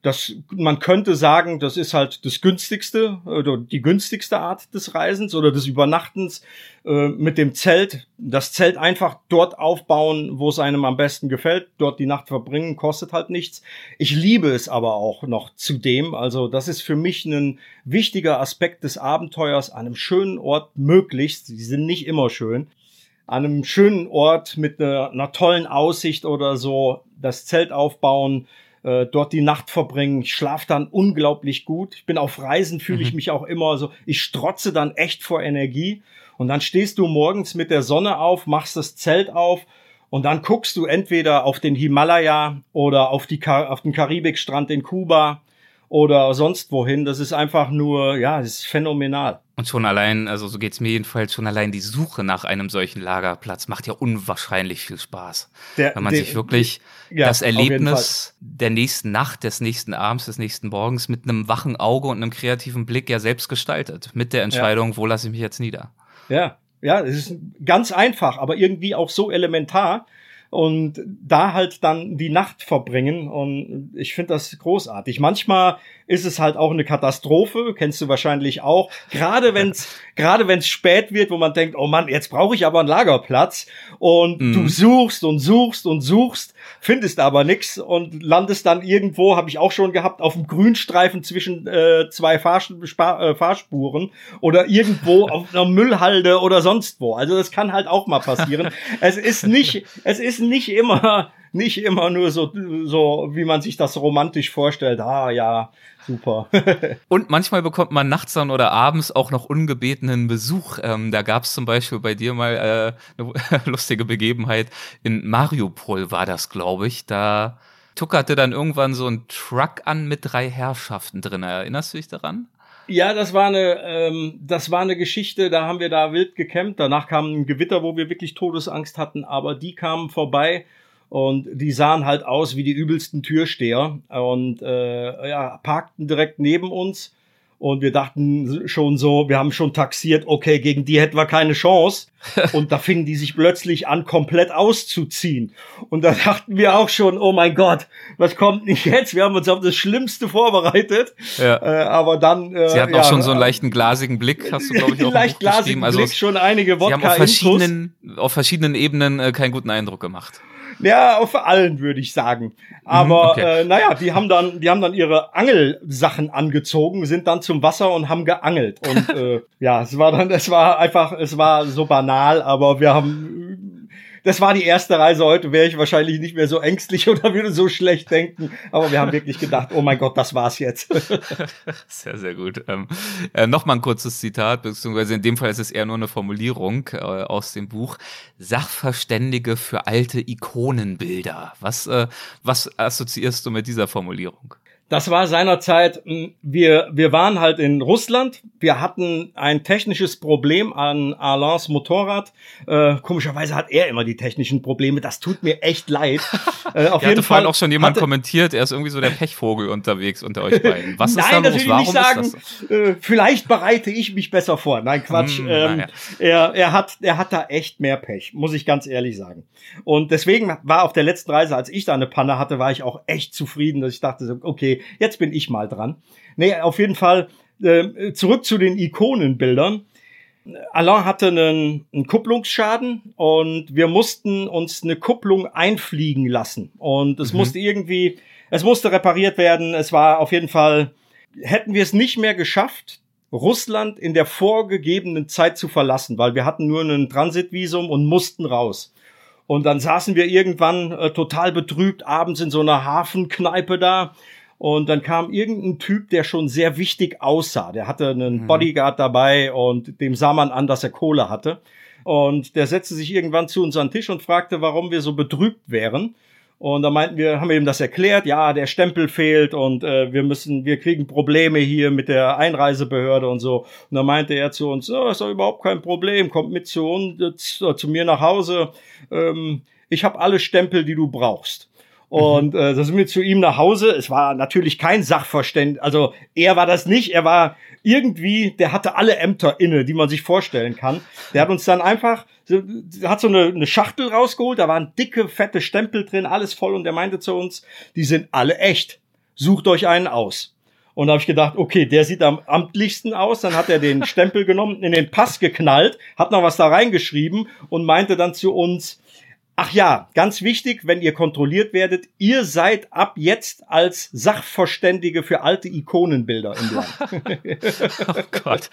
Man könnte sagen, das ist halt das günstigste oder die günstigste Art des Reisens oder des Übernachtens mit dem Zelt. Das Zelt einfach dort aufbauen, wo es einem am besten gefällt. Dort die Nacht verbringen, kostet halt nichts. Ich liebe es aber auch noch zudem. Also das ist für mich ein wichtiger Aspekt des Abenteuers, an einem schönen Ort möglichst. Die sind nicht immer schön. An einem schönen Ort mit einer tollen Aussicht oder so das Zelt aufbauen, dort die Nacht verbringen. Ich schlafe dann unglaublich gut. Ich bin auf Reisen, fühle ich mich auch immer so. Ich strotze dann echt vor Energie. Und dann stehst du morgens mit der Sonne auf, machst das Zelt auf und dann guckst du entweder auf den Himalaya oder auf den Karibikstrand in Kuba oder sonst wohin. Das ist einfach nur, das ist phänomenal. Und schon allein, also so geht's mir jedenfalls, schon allein die Suche nach einem solchen Lagerplatz macht ja unwahrscheinlich viel Spaß. Wenn man sich wirklich das Erlebnis der nächsten Nacht, des nächsten Abends, des nächsten Morgens mit einem wachen Auge und einem kreativen Blick ja selbst gestaltet. Mit der Entscheidung, wo lasse ich mich jetzt nieder? Ja, es ist ganz einfach, aber irgendwie auch so elementar. Und da halt dann die Nacht verbringen und ich finde das großartig. Manchmal ist es halt auch eine Katastrophe, kennst du wahrscheinlich auch. Gerade wenn's spät wird, wo man denkt, oh Mann, jetzt brauche ich aber einen Lagerplatz und du suchst und suchst und suchst, findest aber nix und landest dann irgendwo, habe ich auch schon gehabt, auf dem Grünstreifen zwischen zwei Fahrspuren oder irgendwo auf einer Müllhalde oder sonst wo. Also das kann halt auch mal passieren. Es ist nicht immer nicht immer nur so, wie man sich das romantisch vorstellt. Ah, ja, super. Und manchmal bekommt man nachts dann oder abends auch noch ungebetenen Besuch. Da gab es zum Beispiel bei dir mal eine lustige Begebenheit. In Mariupol war das, glaube ich. Da tuckerte dann irgendwann so ein Truck an mit 3 Herrschaften drin. Erinnerst du dich daran? Ja, das war eine Geschichte, da haben wir da wild gecampt. Danach kam ein Gewitter, wo wir wirklich Todesangst hatten, aber die kamen vorbei und die sahen halt aus wie die übelsten Türsteher und parkten direkt neben uns. Und wir dachten schon so, wir haben schon taxiert, okay, gegen die hätten wir keine Chance. Und da fingen die sich plötzlich an, komplett auszuziehen. Und da dachten wir auch schon, oh mein Gott, was kommt denn jetzt? Wir haben uns auf das Schlimmste vorvorbereitet. Ja. Aber dann... Sie hatten auch schon so einen leichten glasigen Blick, hast du, glaube ich, auch leicht glasigen Blick, also schon einige Wodka-Infos. Sie haben auf verschiedenen Ebenen keinen guten Eindruck gemacht. Ja, auf allen würde ich sagen. Aber okay. Die haben dann ihre Angelsachen angezogen, sind dann zum Wasser und haben geangelt. Und es war so banal, aber das war die erste Reise. Heute wäre ich wahrscheinlich nicht mehr so ängstlich oder würde so schlecht denken. Aber wir haben wirklich gedacht, oh mein Gott, das war's jetzt. Sehr, sehr gut. Nochmal ein kurzes Zitat, beziehungsweise in dem Fall ist es eher nur eine Formulierung aus dem Buch. Sachverständige für alte Ikonenbilder. Was assoziierst du mit dieser Formulierung? Das war seinerzeit, wir waren halt in Russland, wir hatten ein technisches Problem an Alains Motorrad. Komischerweise hat er immer die technischen Probleme, das tut mir echt leid. Auf jeden Fall vorhin auch schon jemand kommentiert, er ist irgendwie so der Pechvogel unterwegs unter euch beiden. Was ist da los? Das will ich nicht sagen. Vielleicht bereite ich mich besser vor. Nein, Quatsch. Er hat da echt mehr Pech, muss ich ganz ehrlich sagen. Und deswegen war auf der letzten Reise, als ich da eine Panne hatte, war ich auch echt zufrieden, dass ich dachte, okay, jetzt bin ich mal dran. Nee, auf jeden Fall zurück zu den Ikonenbildern. Alain hatte einen Kupplungsschaden und wir mussten uns eine Kupplung einfliegen lassen. Und es musste repariert werden. Es war auf jeden Fall, hätten wir es nicht mehr geschafft, Russland in der vorgegebenen Zeit zu verlassen, weil wir hatten nur ein Transitvisum und mussten raus. Und dann saßen wir irgendwann total betrübt abends in so einer Hafenkneipe da. Und dann kam irgendein Typ, der schon sehr wichtig aussah. Der hatte einen Bodyguard dabei und dem sah man an, dass er Kohle hatte. Und der setzte sich irgendwann zu uns an den Tisch und fragte, warum wir so betrübt wären. Und da haben wir ihm das erklärt, ja, der Stempel fehlt und wir kriegen Probleme hier mit der Einreisebehörde und so. Und da meinte er zu uns, ist doch überhaupt kein Problem, kommt mit zu mir nach Hause. Ich habe alle Stempel, die du brauchst. Und da sind wir zu ihm nach Hause. Es war natürlich kein Sachverständiger, also er war das nicht, er war irgendwie, der hatte alle Ämter inne, die man sich vorstellen kann. Der hat uns dann einfach, hat so eine Schachtel rausgeholt, da waren dicke, fette Stempel drin, alles voll und der meinte zu uns, die sind alle echt, sucht euch einen aus. Und da habe ich gedacht, okay, der sieht am amtlichsten aus. Dann hat er den Stempel genommen, in den Pass geknallt, hat noch was da reingeschrieben und meinte dann zu uns, ach ja, ganz wichtig, wenn ihr kontrolliert werdet, ihr seid ab jetzt als Sachverständige für alte Ikonenbilder im Land. Oh Gott.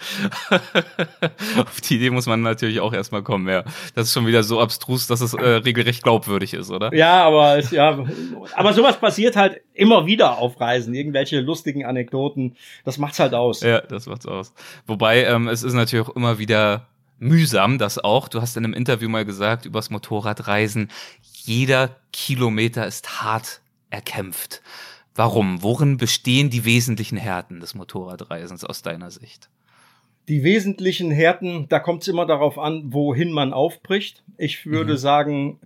Auf die Idee muss man natürlich auch erstmal kommen, ja. Das ist schon wieder so abstrus, dass es regelrecht glaubwürdig ist, oder? Ja, aber sowas passiert halt immer wieder auf Reisen. Irgendwelche lustigen Anekdoten, das macht's halt aus. Ja, das macht's aus. Wobei, es ist natürlich auch immer wieder mühsam, das auch. Du hast in einem Interview mal gesagt, übers Motorradreisen, jeder Kilometer ist hart erkämpft. Warum? Worin bestehen die wesentlichen Härten des Motorradreisens aus deiner Sicht? Die wesentlichen Härten, da kommt es immer darauf an, wohin man aufbricht. Ich würde sagen,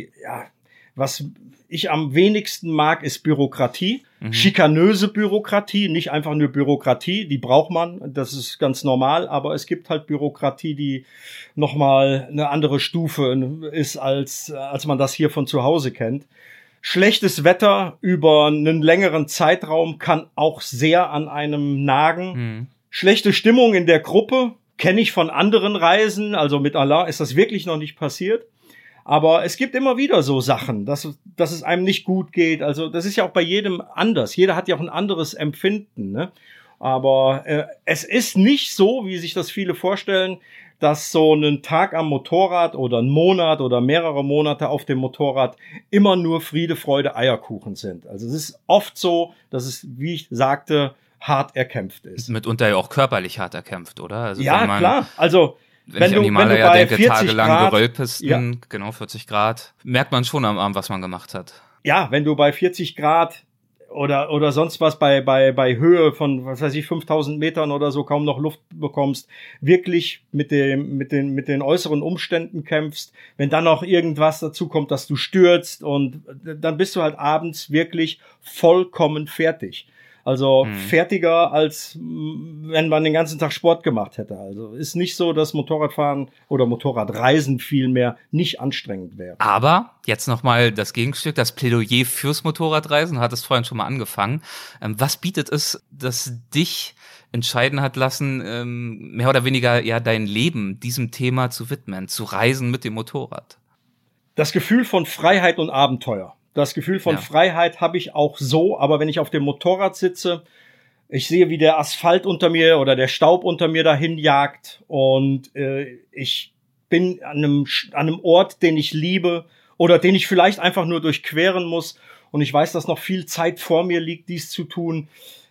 was ich am wenigsten mag, ist Bürokratie. Schikanöse Bürokratie, nicht einfach nur Bürokratie, die braucht man, das ist ganz normal, aber es gibt halt Bürokratie, die nochmal eine andere Stufe ist, als man das hier von zu Hause kennt. Schlechtes Wetter über einen längeren Zeitraum kann auch sehr an einem nagen. Schlechte Stimmung in der Gruppe kenne ich von anderen Reisen, also mit Alain ist das wirklich noch nicht passiert. Aber es gibt immer wieder so Sachen, dass es einem nicht gut geht. Also das ist ja auch bei jedem anders. Jeder hat ja auch ein anderes Empfinden, ne? Aber es ist nicht so, wie sich das viele vorstellen, dass so ein Tag am Motorrad oder ein Monat oder mehrere Monate auf dem Motorrad immer nur Friede, Freude, Eierkuchen sind. Also es ist oft so, dass es, wie ich sagte, hart erkämpft ist. Mitunter ja auch körperlich hart erkämpft, oder? Also ja, klar. Also wenn ich an die Himalaya denke, tagelang Geröllpisten, ja. Genau 40 Grad, merkt man schon am Arm, was man gemacht hat. Ja, wenn du bei 40 Grad oder sonst was bei Höhe von, 5.000 Metern oder so kaum noch Luft bekommst, wirklich mit den äußeren Umständen kämpfst, wenn dann noch irgendwas dazu kommt, dass du stürzt, und dann bist du halt abends wirklich vollkommen fertig. Also fertiger, als wenn man den ganzen Tag Sport gemacht hätte. Also ist nicht so, dass Motorradfahren oder Motorradreisen vielmehr nicht anstrengend wäre. Aber jetzt nochmal das Gegenstück, das Plädoyer fürs Motorradreisen, hat es vorhin schon mal angefangen. Was bietet es, das dich entscheiden hat lassen, mehr oder weniger ja dein Leben diesem Thema zu widmen, zu reisen mit dem Motorrad? Das Gefühl von Freiheit und Abenteuer. Das Gefühl von Freiheit habe ich auch so, aber wenn ich auf dem Motorrad sitze, ich sehe, wie der Asphalt unter mir oder der Staub unter mir dahin jagt, und ich bin an einem Ort, den ich liebe oder den ich vielleicht einfach nur durchqueren muss, und ich weiß, dass noch viel Zeit vor mir liegt, dies zu tun.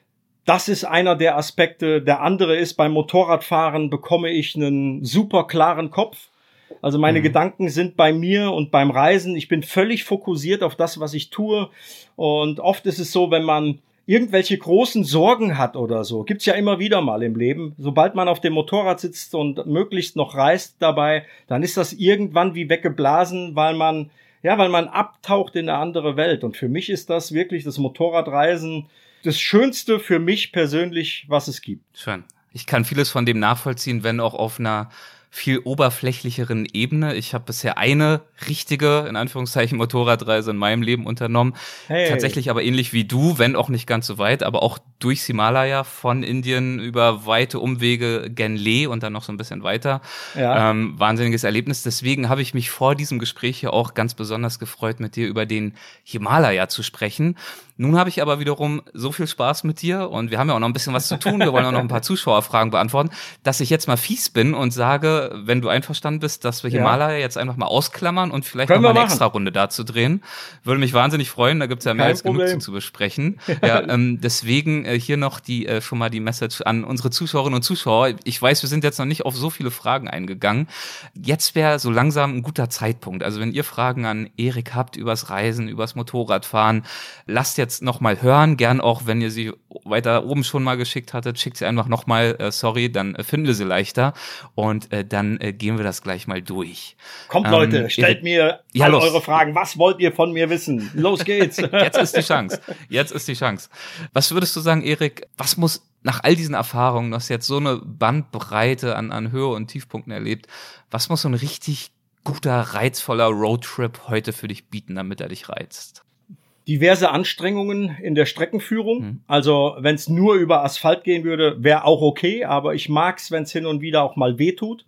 Das ist einer der Aspekte. Der andere ist, beim Motorradfahren bekomme ich einen super klaren Kopf. Also meine Gedanken sind bei mir, und beim Reisen, ich bin völlig fokussiert auf das, was ich tue. Und oft ist es so, wenn man irgendwelche großen Sorgen hat oder so, gibt's ja immer wieder mal im Leben. Sobald man auf dem Motorrad sitzt und möglichst noch reist dabei, dann ist das irgendwann wie weggeblasen, weil man abtaucht in eine andere Welt. Und für mich ist das wirklich, das Motorradreisen, das Schönste für mich persönlich, was es gibt. Schön. Ich kann vieles von dem nachvollziehen, wenn auch auf einer viel oberflächlicheren Ebene. Ich habe bisher eine richtige, in Anführungszeichen, Motorradreise in meinem Leben unternommen. Hey. Tatsächlich aber ähnlich wie du, wenn auch nicht ganz so weit, aber auch durchs Himalaya, von Indien über weite Umwege gen Leh und dann noch so ein bisschen weiter. Ja. Wahnsinniges Erlebnis. Deswegen habe ich mich vor diesem Gespräch hier auch ganz besonders gefreut, mit dir über den Himalaya zu sprechen. Nun habe ich aber wiederum so viel Spaß mit dir, und wir haben ja auch noch ein bisschen was zu tun. Wir wollen auch noch ein paar Zuschauerfragen beantworten, dass ich jetzt mal fies bin und sage, wenn du einverstanden bist, dass wir Himalaya jetzt einfach mal ausklammern und vielleicht noch mal eine extra Runde dazu drehen. Würde mich wahnsinnig freuen, da gibt's ja mehr als genug zu besprechen. Ja, deswegen hier noch schon mal die Message an unsere Zuschauerinnen und Zuschauer. Ich weiß, wir sind jetzt noch nicht auf so viele Fragen eingegangen. Jetzt wäre so langsam ein guter Zeitpunkt. Also wenn ihr Fragen an Erik habt übers Reisen, übers Motorradfahren, lasst jetzt noch mal hören. Gern auch, wenn ihr sie weiter oben schon mal geschickt hattet, schickt sie einfach noch mal, dann finden wir sie leichter, und dann gehen wir das gleich mal durch. Kommt Leute, stellt mir alle eure Fragen. Was wollt ihr von mir wissen? Los geht's. Jetzt ist die Chance. Was würdest du sagen, Erik, was muss nach all diesen Erfahrungen, du hast jetzt so eine Bandbreite an Höhe- und Tiefpunkten erlebt, was muss so ein richtig guter, reizvoller Roadtrip heute für dich bieten, damit er dich reizt? Diverse Anstrengungen in der Streckenführung. Also wenn es nur über Asphalt gehen würde, wäre auch okay, aber ich mag's, wenn es hin und wieder auch mal wehtut.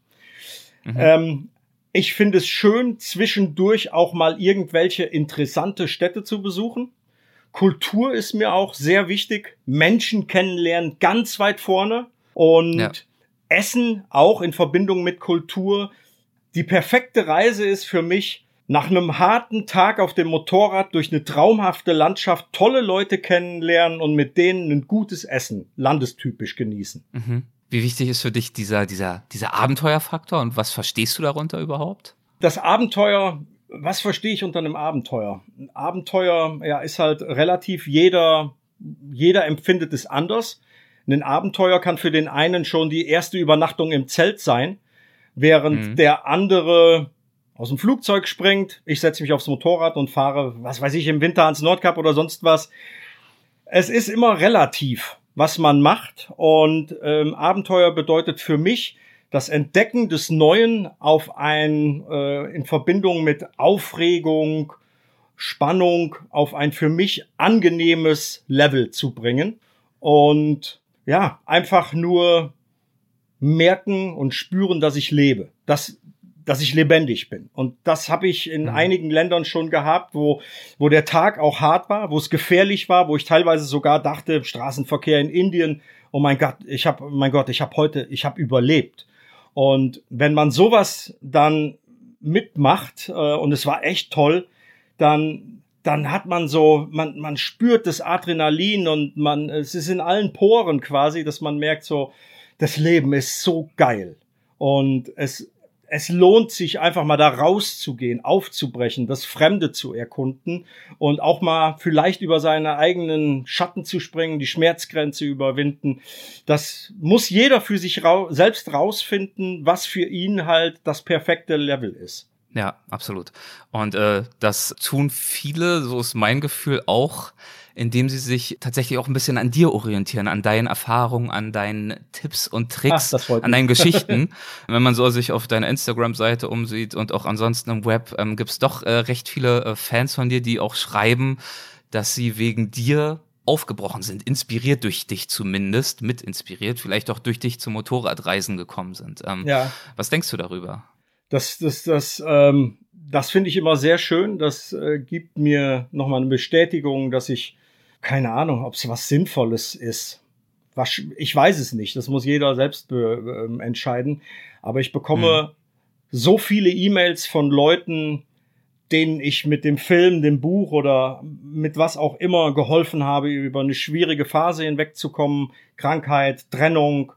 Ich finde es schön, zwischendurch auch mal irgendwelche interessante Städte zu besuchen. Kultur ist mir auch sehr wichtig. Menschen kennenlernen ganz weit vorne. Und Essen auch in Verbindung mit Kultur. Die perfekte Reise ist für mich, nach einem harten Tag auf dem Motorrad durch eine traumhafte Landschaft tolle Leute kennenlernen und mit denen ein gutes Essen landestypisch genießen. Wie wichtig ist für dich dieser Abenteuerfaktor, und was verstehst du darunter überhaupt? Das Abenteuer, was verstehe ich unter einem Abenteuer? Ein Abenteuer, ist halt relativ, jeder empfindet es anders. Ein Abenteuer kann für den einen schon die erste Übernachtung im Zelt sein, während der andere aus dem Flugzeug springt. Ich setze mich aufs Motorrad und fahre, was weiß ich, im Winter ans Nordkap oder sonst was. Es ist immer relativ, was man macht, und Abenteuer bedeutet für mich das Entdecken des Neuen in Verbindung mit Aufregung, Spannung auf ein für mich angenehmes Level zu bringen, und einfach nur merken und spüren, dass ich lebe, dass ich lebendig bin. Und das habe ich in einigen Ländern schon gehabt, wo der Tag auch hart war, wo es gefährlich war, wo ich teilweise sogar dachte, Straßenverkehr in Indien, oh mein Gott, ich habe überlebt. Und wenn man sowas dann mitmacht, und es war echt toll, dann hat man so, man spürt das Adrenalin und es ist in allen Poren quasi, dass man merkt so, das Leben ist so geil. Und es lohnt sich einfach mal da rauszugehen, aufzubrechen, das Fremde zu erkunden und auch mal vielleicht über seine eigenen Schatten zu springen, die Schmerzgrenze überwinden. Das muss jeder für sich selbst rausfinden, was für ihn halt das perfekte Level ist. Ja, absolut. Und das tun viele, so ist mein Gefühl auch, indem sie sich tatsächlich auch ein bisschen an dir orientieren, an deinen Erfahrungen, an deinen Tipps und Tricks, an deinen Geschichten. Wenn man so sich auf deiner Instagram-Seite umsieht und auch ansonsten im Web, gibt's doch recht viele Fans von dir, die auch schreiben, dass sie wegen dir aufgebrochen sind, inspiriert durch dich zumindest, mit inspiriert, vielleicht auch durch dich zum Motorradreisen gekommen sind. Was denkst du darüber? Das finde ich immer sehr schön. Das gibt mir nochmal eine Bestätigung, dass ich, keine Ahnung, ob es was Sinnvolles ist. Ich weiß es nicht. Das muss jeder selbst entscheiden. Aber ich bekomme so viele E-Mails von Leuten, denen ich mit dem Film, dem Buch oder mit was auch immer geholfen habe, über eine schwierige Phase hinwegzukommen. Krankheit, Trennung.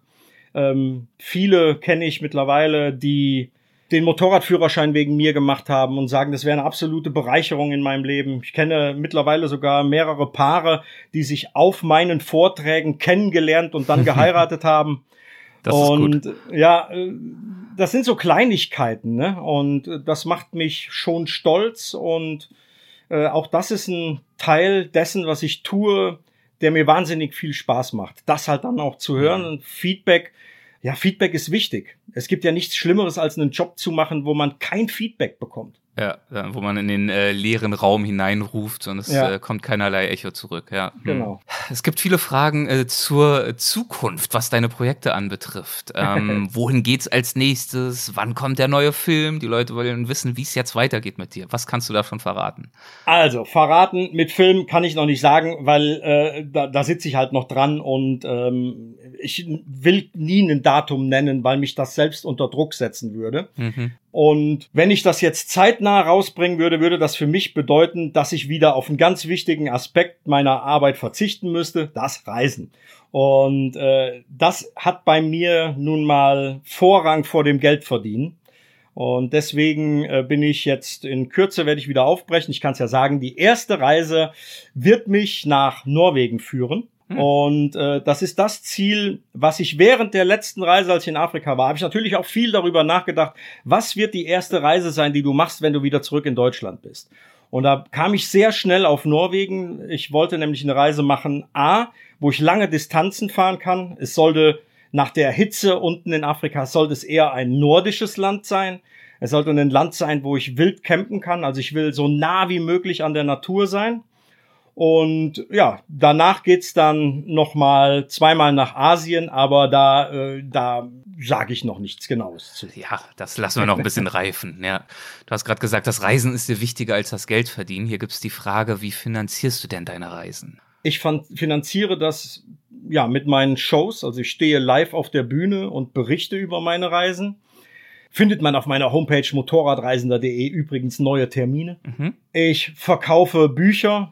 Viele kenne ich mittlerweile, die den Motorradführerschein wegen mir gemacht haben und sagen, das wäre eine absolute Bereicherung in meinem Leben. Ich kenne mittlerweile sogar mehrere Paare, die sich auf meinen Vorträgen kennengelernt und dann geheiratet haben. Das ist gut. Ja, das sind so Kleinigkeiten, ne? Und das macht mich schon stolz und auch das ist ein Teil dessen, was ich tue, der mir wahnsinnig viel Spaß macht. Das halt dann auch zu hören und Feedback. Ja, Feedback ist wichtig. Es gibt ja nichts Schlimmeres, als einen Job zu machen, wo man kein Feedback bekommt. Ja, wo man in den leeren Raum hineinruft und es kommt keinerlei Echo zurück. Ja, genau. Es gibt viele Fragen zur Zukunft, was deine Projekte anbetrifft. Wohin geht's als nächstes? Wann kommt der neue Film? Die Leute wollen wissen, wie es jetzt weitergeht mit dir. Was kannst du davon verraten? Also, verraten mit Film kann ich noch nicht sagen, weil da sitze ich halt noch dran und ich will nie ein Datum nennen, weil mich das selbst unter Druck setzen würde. Und wenn ich das jetzt zeitnah rausbringen würde, würde das für mich bedeuten, dass ich wieder auf einen ganz wichtigen Aspekt meiner Arbeit verzichten müsste, das Reisen. Und das hat bei mir nun mal Vorrang vor dem Geldverdienen. Und deswegen bin ich jetzt in Kürze, werde ich wieder aufbrechen. Ich kann es ja sagen, die erste Reise wird mich nach Norwegen führen. Und das ist das Ziel, was ich während der letzten Reise, als ich in Afrika war, habe ich natürlich auch viel darüber nachgedacht, was wird die erste Reise sein, die du machst, wenn du wieder zurück in Deutschland bist. Und da kam ich sehr schnell auf Norwegen. Ich wollte nämlich eine Reise machen, wo ich lange Distanzen fahren kann. Es sollte nach der Hitze unten in Afrika, sollte es eher ein nordisches Land sein. Es sollte ein Land sein, wo ich wild campen kann. Also ich will so nah wie möglich an der Natur sein. Und ja, danach geht's dann nochmal zweimal nach Asien, aber da sage ich noch nichts Genaues zu. Ja, das lassen wir noch ein bisschen reifen. Ja, du hast gerade gesagt, das Reisen ist dir wichtiger als das Geld verdienen. Hier gibt's die Frage, wie finanzierst du denn deine Reisen? Ich finanziere das ja mit meinen Shows. Also ich stehe live auf der Bühne und berichte über meine Reisen. Findet man auf meiner Homepage motorradreisender.de übrigens neue Termine. Ich verkaufe Bücher.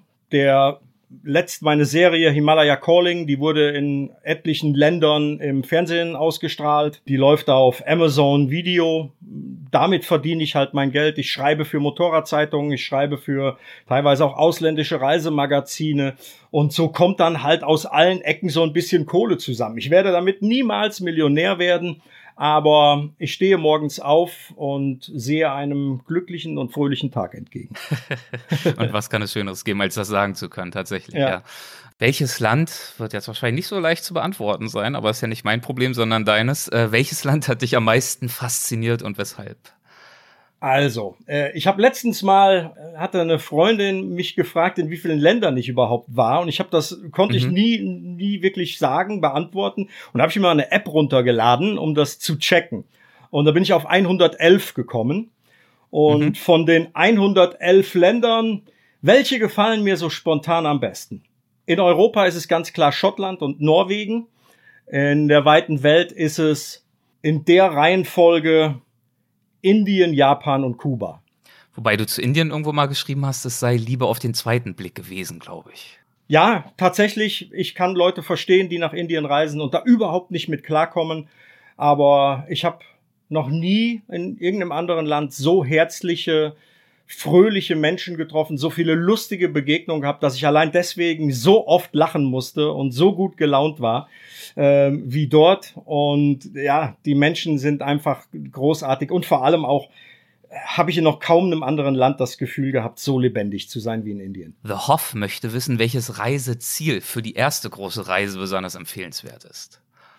Meine Serie Himalaya Calling, die wurde in etlichen Ländern im Fernsehen ausgestrahlt. Die läuft auf Amazon Video. Damit verdiene ich halt mein Geld. Ich schreibe für Motorradzeitungen, ich schreibe für teilweise auch ausländische Reisemagazine. Und so kommt dann halt aus allen Ecken so ein bisschen Kohle zusammen. Ich werde damit niemals Millionär werden. Aber ich stehe morgens auf und sehe einem glücklichen und fröhlichen Tag entgegen. Und was kann es Schöneres geben, als das sagen zu können, tatsächlich, ja. Welches Land, wird jetzt wahrscheinlich nicht so leicht zu beantworten sein, aber ist ja nicht mein Problem, sondern deines. Welches Land hat dich am meisten fasziniert und weshalb? Also, ich habe letztens hatte eine Freundin mich gefragt, in wie vielen Ländern ich überhaupt war. Und konnte ich nie wirklich beantworten. Und da habe ich mir mal eine App runtergeladen, um das zu checken. Und da bin ich auf 111 gekommen. Und von den 111 Ländern, welche gefallen mir so spontan am besten? In Europa ist es ganz klar Schottland und Norwegen. In der weiten Welt ist es in der Reihenfolge Indien, Japan und Kuba. Wobei du zu Indien irgendwo mal geschrieben hast, es sei Liebe auf den zweiten Blick gewesen, glaube ich. Ja, tatsächlich, ich kann Leute verstehen, die nach Indien reisen und da überhaupt nicht mit klarkommen. Aber ich habe noch nie in irgendeinem anderen Land so herzliche, fröhliche Menschen getroffen, so viele lustige Begegnungen gehabt, dass ich allein deswegen so oft lachen musste und so gut gelaunt war wie dort. Und ja, die Menschen sind einfach großartig und vor allem auch habe ich in noch kaum einem anderen Land das Gefühl gehabt, so lebendig zu sein wie in Indien. The Hoff möchte wissen, welches Reiseziel für die erste große Reise besonders empfehlenswert ist.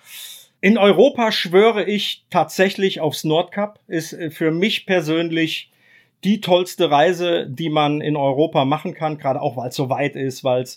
In Europa schwöre ich tatsächlich aufs Nordkap. Ist für mich persönlich die tollste Reise, die man in Europa machen kann, gerade auch, weil es so weit ist, weil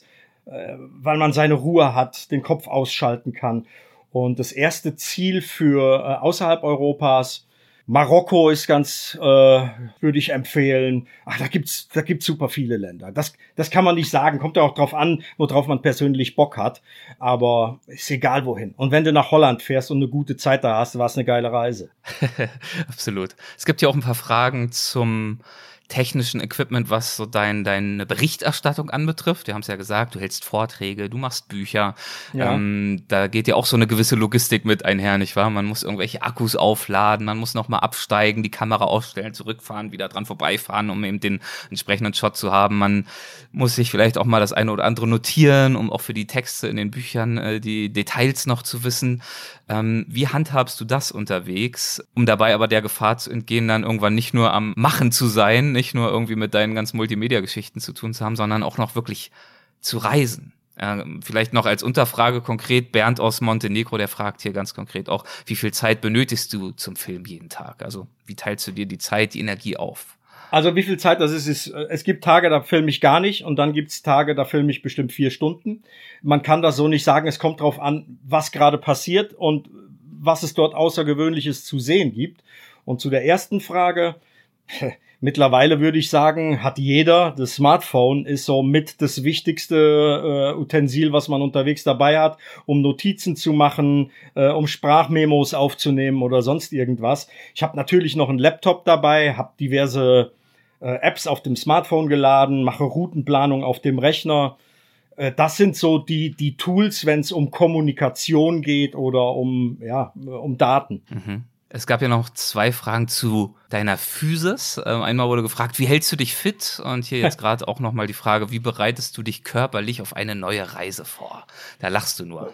man seine Ruhe hat, den Kopf ausschalten kann. Und das erste Ziel für außerhalb Europas, Marokko ist ganz, würde ich empfehlen. Da gibt's super viele Länder. Das kann man nicht sagen. Kommt ja auch drauf an, worauf man persönlich Bock hat. Aber ist egal wohin. Und wenn du nach Holland fährst und eine gute Zeit da hast, war es eine geile Reise. Absolut. Es gibt ja auch ein paar Fragen zum technischen Equipment, was so deine Berichterstattung anbetrifft. Wir haben es ja gesagt, du hältst Vorträge, du machst Bücher. Ja. Da geht ja auch so eine gewisse Logistik mit einher, nicht wahr? Man muss irgendwelche Akkus aufladen, man muss nochmal absteigen, die Kamera aufstellen, zurückfahren, wieder dran vorbeifahren, um eben den entsprechenden Shot zu haben. Man muss sich vielleicht auch mal das eine oder andere notieren, um auch für die Texte in den Büchern die Details noch zu wissen. Wie handhabst du das unterwegs, um dabei aber der Gefahr zu entgehen, dann irgendwann nicht nur am Machen zu sein, nicht nur irgendwie mit deinen ganzen Multimedia-Geschichten zu tun zu haben, sondern auch noch wirklich zu reisen? Vielleicht noch als Unterfrage konkret, Bernd aus Montenegro, der fragt hier ganz konkret auch, wie viel Zeit benötigst du zum Film jeden Tag? Also wie teilst du dir die Zeit, die Energie auf? Also wie viel Zeit das ist, es gibt Tage, da filme ich gar nicht und dann gibt's Tage, da filme ich bestimmt 4 Stunden. Man kann das so nicht sagen, es kommt drauf an, was gerade passiert und was es dort Außergewöhnliches zu sehen gibt. Und zu der ersten Frage, mittlerweile würde ich sagen, hat jeder, das Smartphone ist so mit das wichtigste Utensil, was man unterwegs dabei hat, um Notizen zu machen, um Sprachmemos aufzunehmen oder sonst irgendwas. Ich habe natürlich noch einen Laptop dabei, habe diverse Apps auf dem Smartphone geladen, mache Routenplanung auf dem Rechner. Das sind so die Tools, wenn es um Kommunikation geht oder um Daten. Mhm. Es gab ja noch 2 Fragen zu deiner Physis. Einmal wurde gefragt, wie hältst du dich fit? Und hier jetzt gerade auch nochmal die Frage, wie bereitest du dich körperlich auf eine neue Reise vor? Da lachst du nur.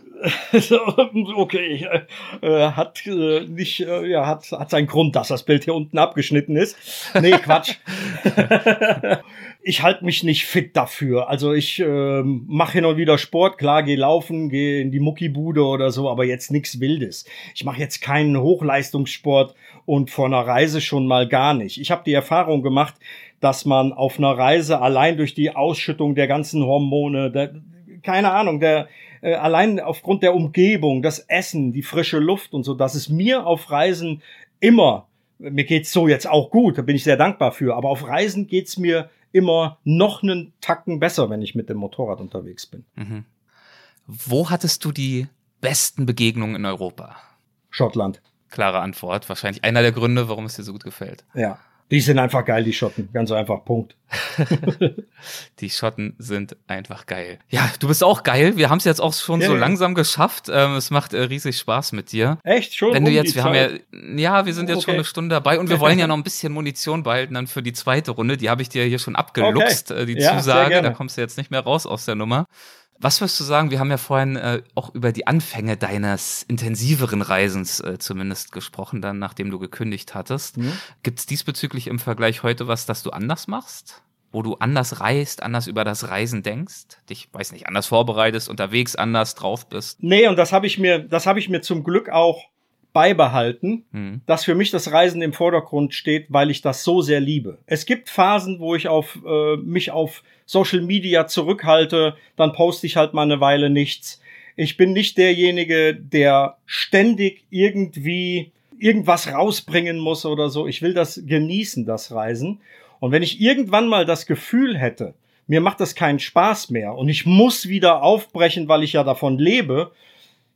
Okay, hat seinen Grund, dass das Bild hier unten abgeschnitten ist. Nee, Quatsch. Ich halte mich nicht fit dafür. Also ich mache hin und wieder Sport, klar, gehe laufen, gehe in die Muckibude oder so, aber jetzt nichts Wildes. Ich mache jetzt keinen Hochleistungssport und vor einer Reise schon mal gar nicht. Ich habe die Erfahrung gemacht, dass man auf einer Reise allein durch die Ausschüttung der ganzen Hormone, allein aufgrund der Umgebung, das Essen, die frische Luft und so, dass es mir auf Reisen immer, mir geht's so jetzt auch gut, da bin ich sehr dankbar für, aber auf Reisen geht's mir immer noch einen Tacken besser, wenn ich mit dem Motorrad unterwegs bin. Mhm. Wo hattest du die besten Begegnungen in Europa? Schottland. Klare Antwort. Wahrscheinlich einer der Gründe, warum es dir so gut gefällt. Ja, die sind einfach geil, die Schotten. Ganz einfach, Punkt. Die Schotten sind einfach geil. Ja, du bist auch geil. Wir haben es jetzt auch schon so langsam geschafft. Es macht riesig Spaß mit dir. Echt? Schon? Wenn du jetzt, wir sind jetzt schon eine Stunde dabei und wir wollen ja noch ein bisschen Munition behalten dann für die zweite Runde. Die habe ich dir hier schon abgeluchst, die Zusage. Da kommst du jetzt nicht mehr raus aus der Nummer. Was würdest du sagen, wir haben ja vorhin auch über die Anfänge deines intensiveren Reisens zumindest gesprochen, dann nachdem du gekündigt hattest. Mhm. Gibt es diesbezüglich im Vergleich heute was, das du anders machst? Wo du anders reist, anders über das Reisen denkst? Dich, weiß nicht, anders vorbereitest, unterwegs anders drauf bist? Nee, und das habe ich mir zum Glück auch beibehalten, dass für mich das Reisen im Vordergrund steht, weil ich das so sehr liebe. Es gibt Phasen, wo ich mich auf Social Media zurückhalte, dann poste ich halt mal eine Weile nichts. Ich bin nicht derjenige, der ständig irgendwie irgendwas rausbringen muss oder so. Ich will das genießen, das Reisen. Und wenn ich irgendwann mal das Gefühl hätte, mir macht das keinen Spaß mehr und ich muss wieder aufbrechen, weil ich ja davon lebe,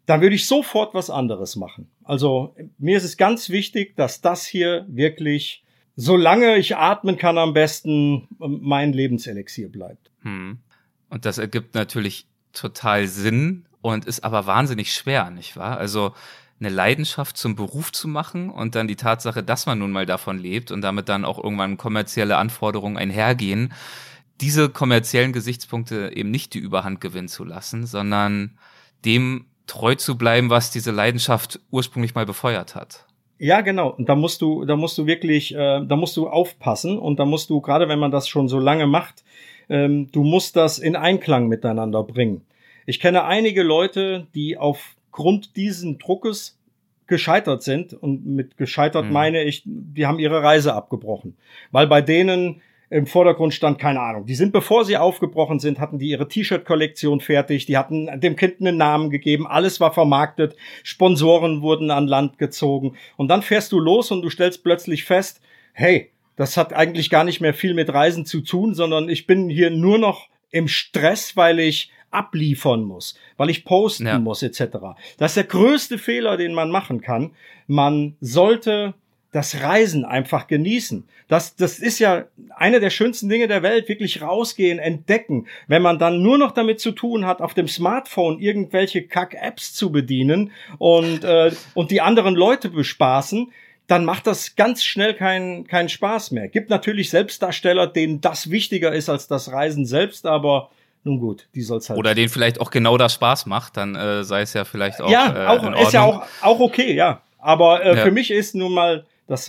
dann würde ich sofort was anderes machen. Also mir ist es ganz wichtig, dass das hier wirklich, solange ich atmen kann, am besten mein Lebenselixier bleibt. Und das ergibt natürlich total Sinn und ist aber wahnsinnig schwer, nicht wahr? Also eine Leidenschaft zum Beruf zu machen und dann die Tatsache, dass man nun mal davon lebt und damit dann auch irgendwann kommerzielle Anforderungen einhergehen, diese kommerziellen Gesichtspunkte eben nicht die Überhand gewinnen zu lassen, sondern dem treu zu bleiben, was diese Leidenschaft ursprünglich mal befeuert hat. Ja, genau. Und da musst du wirklich, da musst du aufpassen und da musst du, gerade wenn man das schon so lange macht, du musst das in Einklang miteinander bringen. Ich kenne einige Leute, die aufgrund diesen Druckes gescheitert sind und mit gescheitert meine ich, die haben ihre Reise abgebrochen, weil bei denen im Vordergrund stand, keine Ahnung, die sind, bevor sie aufgebrochen sind, hatten die ihre T-Shirt-Kollektion fertig, die hatten dem Kind einen Namen gegeben, alles war vermarktet, Sponsoren wurden an Land gezogen und dann fährst du los und du stellst plötzlich fest, hey, das hat eigentlich gar nicht mehr viel mit Reisen zu tun, sondern ich bin hier nur noch im Stress, weil ich abliefern muss, weil ich posten muss, etc. Das ist der größte Fehler, den man machen kann. Man sollte das Reisen einfach genießen. Das ist ja eine der schönsten Dinge der Welt, wirklich rausgehen, entdecken. Wenn man dann nur noch damit zu tun hat, auf dem Smartphone irgendwelche Kack-Apps zu bedienen und die anderen Leute bespaßen, dann macht das ganz schnell keinen Spaß mehr. Gibt natürlich Selbstdarsteller, denen das wichtiger ist als das Reisen selbst, aber nun gut, die soll's halt. Oder denen vielleicht auch genau das Spaß macht, dann sei es ja vielleicht auch ja, auch in Ordnung. Ist ja auch okay, ja. Aber für mich ist nun mal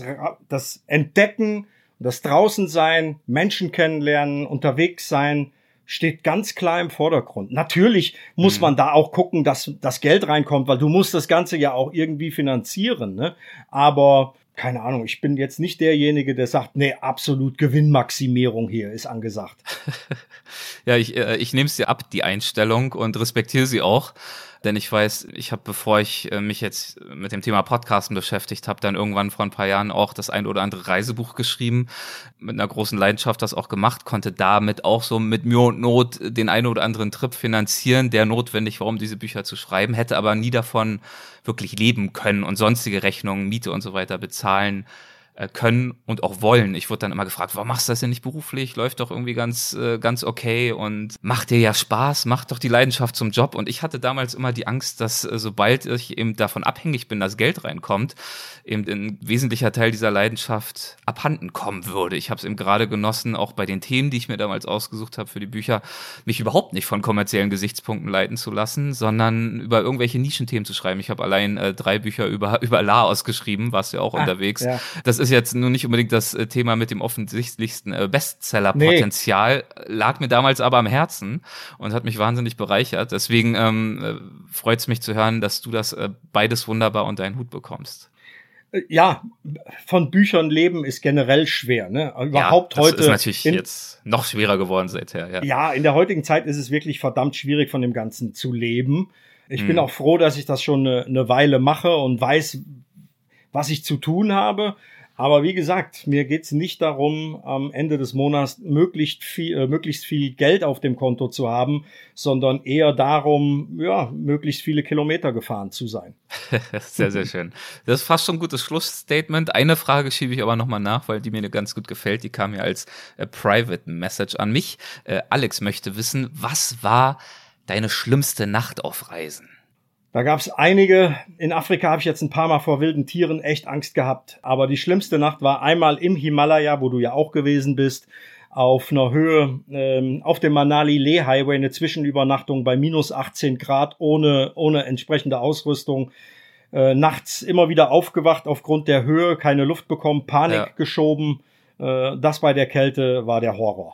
das Entdecken, das Draußensein, Menschen kennenlernen, unterwegs sein, steht ganz klar im Vordergrund. Natürlich muss man da auch gucken, dass das Geld reinkommt, weil du musst das Ganze ja auch irgendwie finanzieren, ne? Aber keine Ahnung, ich bin jetzt nicht derjenige, der sagt, nee, absolut Gewinnmaximierung hier ist angesagt. Ja, ich nehme es dir ab, die Einstellung, und respektiere sie auch. Denn ich weiß, ich habe, bevor ich mich jetzt mit dem Thema Podcasten beschäftigt habe, dann irgendwann vor ein paar Jahren auch das ein oder andere Reisebuch geschrieben, mit einer großen Leidenschaft das auch gemacht, konnte damit auch so mit Mühe und Not den einen oder anderen Trip finanzieren, der notwendig war, um diese Bücher zu schreiben, hätte aber nie davon wirklich leben können und sonstige Rechnungen, Miete und so weiter bezahlen können und auch wollen. Ich wurde dann immer gefragt, warum machst du das denn nicht beruflich? Läuft doch irgendwie ganz okay und macht dir ja Spaß, macht doch die Leidenschaft zum Job. Und ich hatte damals immer die Angst, dass sobald ich eben davon abhängig bin, dass Geld reinkommt, eben ein wesentlicher Teil dieser Leidenschaft abhanden kommen würde. Ich habe es eben gerade genossen, auch bei den Themen, die ich mir damals ausgesucht habe für die Bücher, mich überhaupt nicht von kommerziellen Gesichtspunkten leiten zu lassen, sondern über irgendwelche Nischenthemen zu schreiben. Ich habe allein 3 Bücher über Laos geschrieben, warst du ja auch unterwegs. Ja. Das ist jetzt nur nicht unbedingt das Thema mit dem offensichtlichsten Bestseller-Potenzial, lag mir damals aber am Herzen und hat mich wahnsinnig bereichert. Deswegen freut es mich zu hören, dass du das beides wunderbar unter einen Hut bekommst. Ja, von Büchern leben ist generell schwer, ne? Überhaupt ja, das heute. Das ist natürlich jetzt noch schwerer geworden seither, Ja, in der heutigen Zeit ist es wirklich verdammt schwierig, von dem Ganzen zu leben. Ich bin auch froh, dass ich das schon eine Weile mache und weiß, was ich zu tun habe. Aber wie gesagt, mir geht's nicht darum, am Ende des Monats möglichst viel Geld auf dem Konto zu haben, sondern eher darum, ja, möglichst viele Kilometer gefahren zu sein. Sehr, sehr schön. Das ist fast schon ein gutes Schlussstatement. Eine Frage schiebe ich aber nochmal nach, weil die mir ganz gut gefällt. Die kam ja als Private Message an mich. Alex möchte wissen, was war deine schlimmste Nacht auf Reisen? Da gab's einige. In Afrika habe ich jetzt ein paar Mal vor wilden Tieren echt Angst gehabt. Aber die schlimmste Nacht war einmal im Himalaya, wo du ja auch gewesen bist, auf einer Höhe, auf dem Manali-Leh-Highway, eine Zwischenübernachtung bei minus 18 Grad ohne entsprechende Ausrüstung. Nachts immer wieder aufgewacht aufgrund der Höhe, keine Luft bekommen, Panik geschoben. Das bei der Kälte war der Horror.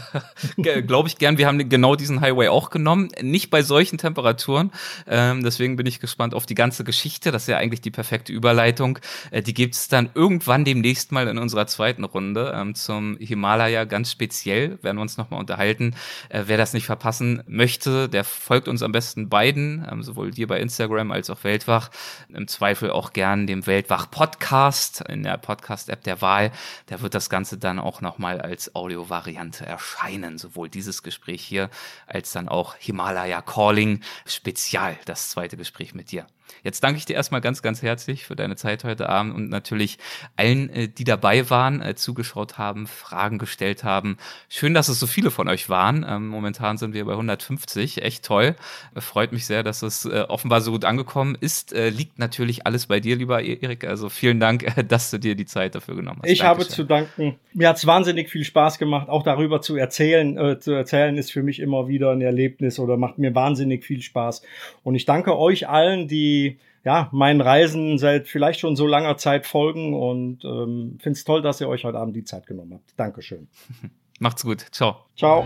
Glaube ich gern. Wir haben genau diesen Highway auch genommen. Nicht bei solchen Temperaturen. Deswegen bin ich gespannt auf die ganze Geschichte. Das ist ja eigentlich die perfekte Überleitung. Die gibt's dann irgendwann demnächst mal in unserer zweiten Runde zum Himalaya ganz speziell. Werden wir uns nochmal unterhalten. Wer das nicht verpassen möchte, der folgt uns am besten beiden, sowohl dir bei Instagram als auch Weltwach. Im Zweifel auch gern dem Weltwach-Podcast in der Podcast-App der Wahl. Da wird das Ganze dann auch nochmal als Audiovariante bald erscheinen. Sowohl dieses Gespräch hier als dann auch Himalaya Calling Spezial, das zweite Gespräch mit dir. Jetzt danke ich dir erstmal ganz, ganz herzlich für deine Zeit heute Abend und natürlich allen, die dabei waren, zugeschaut haben, Fragen gestellt haben. Schön, dass es so viele von euch waren. Momentan sind wir bei 150. Echt toll. Freut mich sehr, dass es offenbar so gut angekommen ist. Liegt natürlich alles bei dir, lieber Erik. Also vielen Dank, dass du dir die Zeit dafür genommen hast. Ich habe zu danken. Mir hat es wahnsinnig viel Spaß gemacht, auch darüber zu erzählen. Zu erzählen ist für mich immer wieder ein Erlebnis oder macht mir wahnsinnig viel Spaß. Und ich danke euch allen, die meinen Reisen seit vielleicht schon so langer Zeit folgen und finde es toll, dass ihr euch heute Abend die Zeit genommen habt. Dankeschön. Macht's gut. Ciao. Ciao.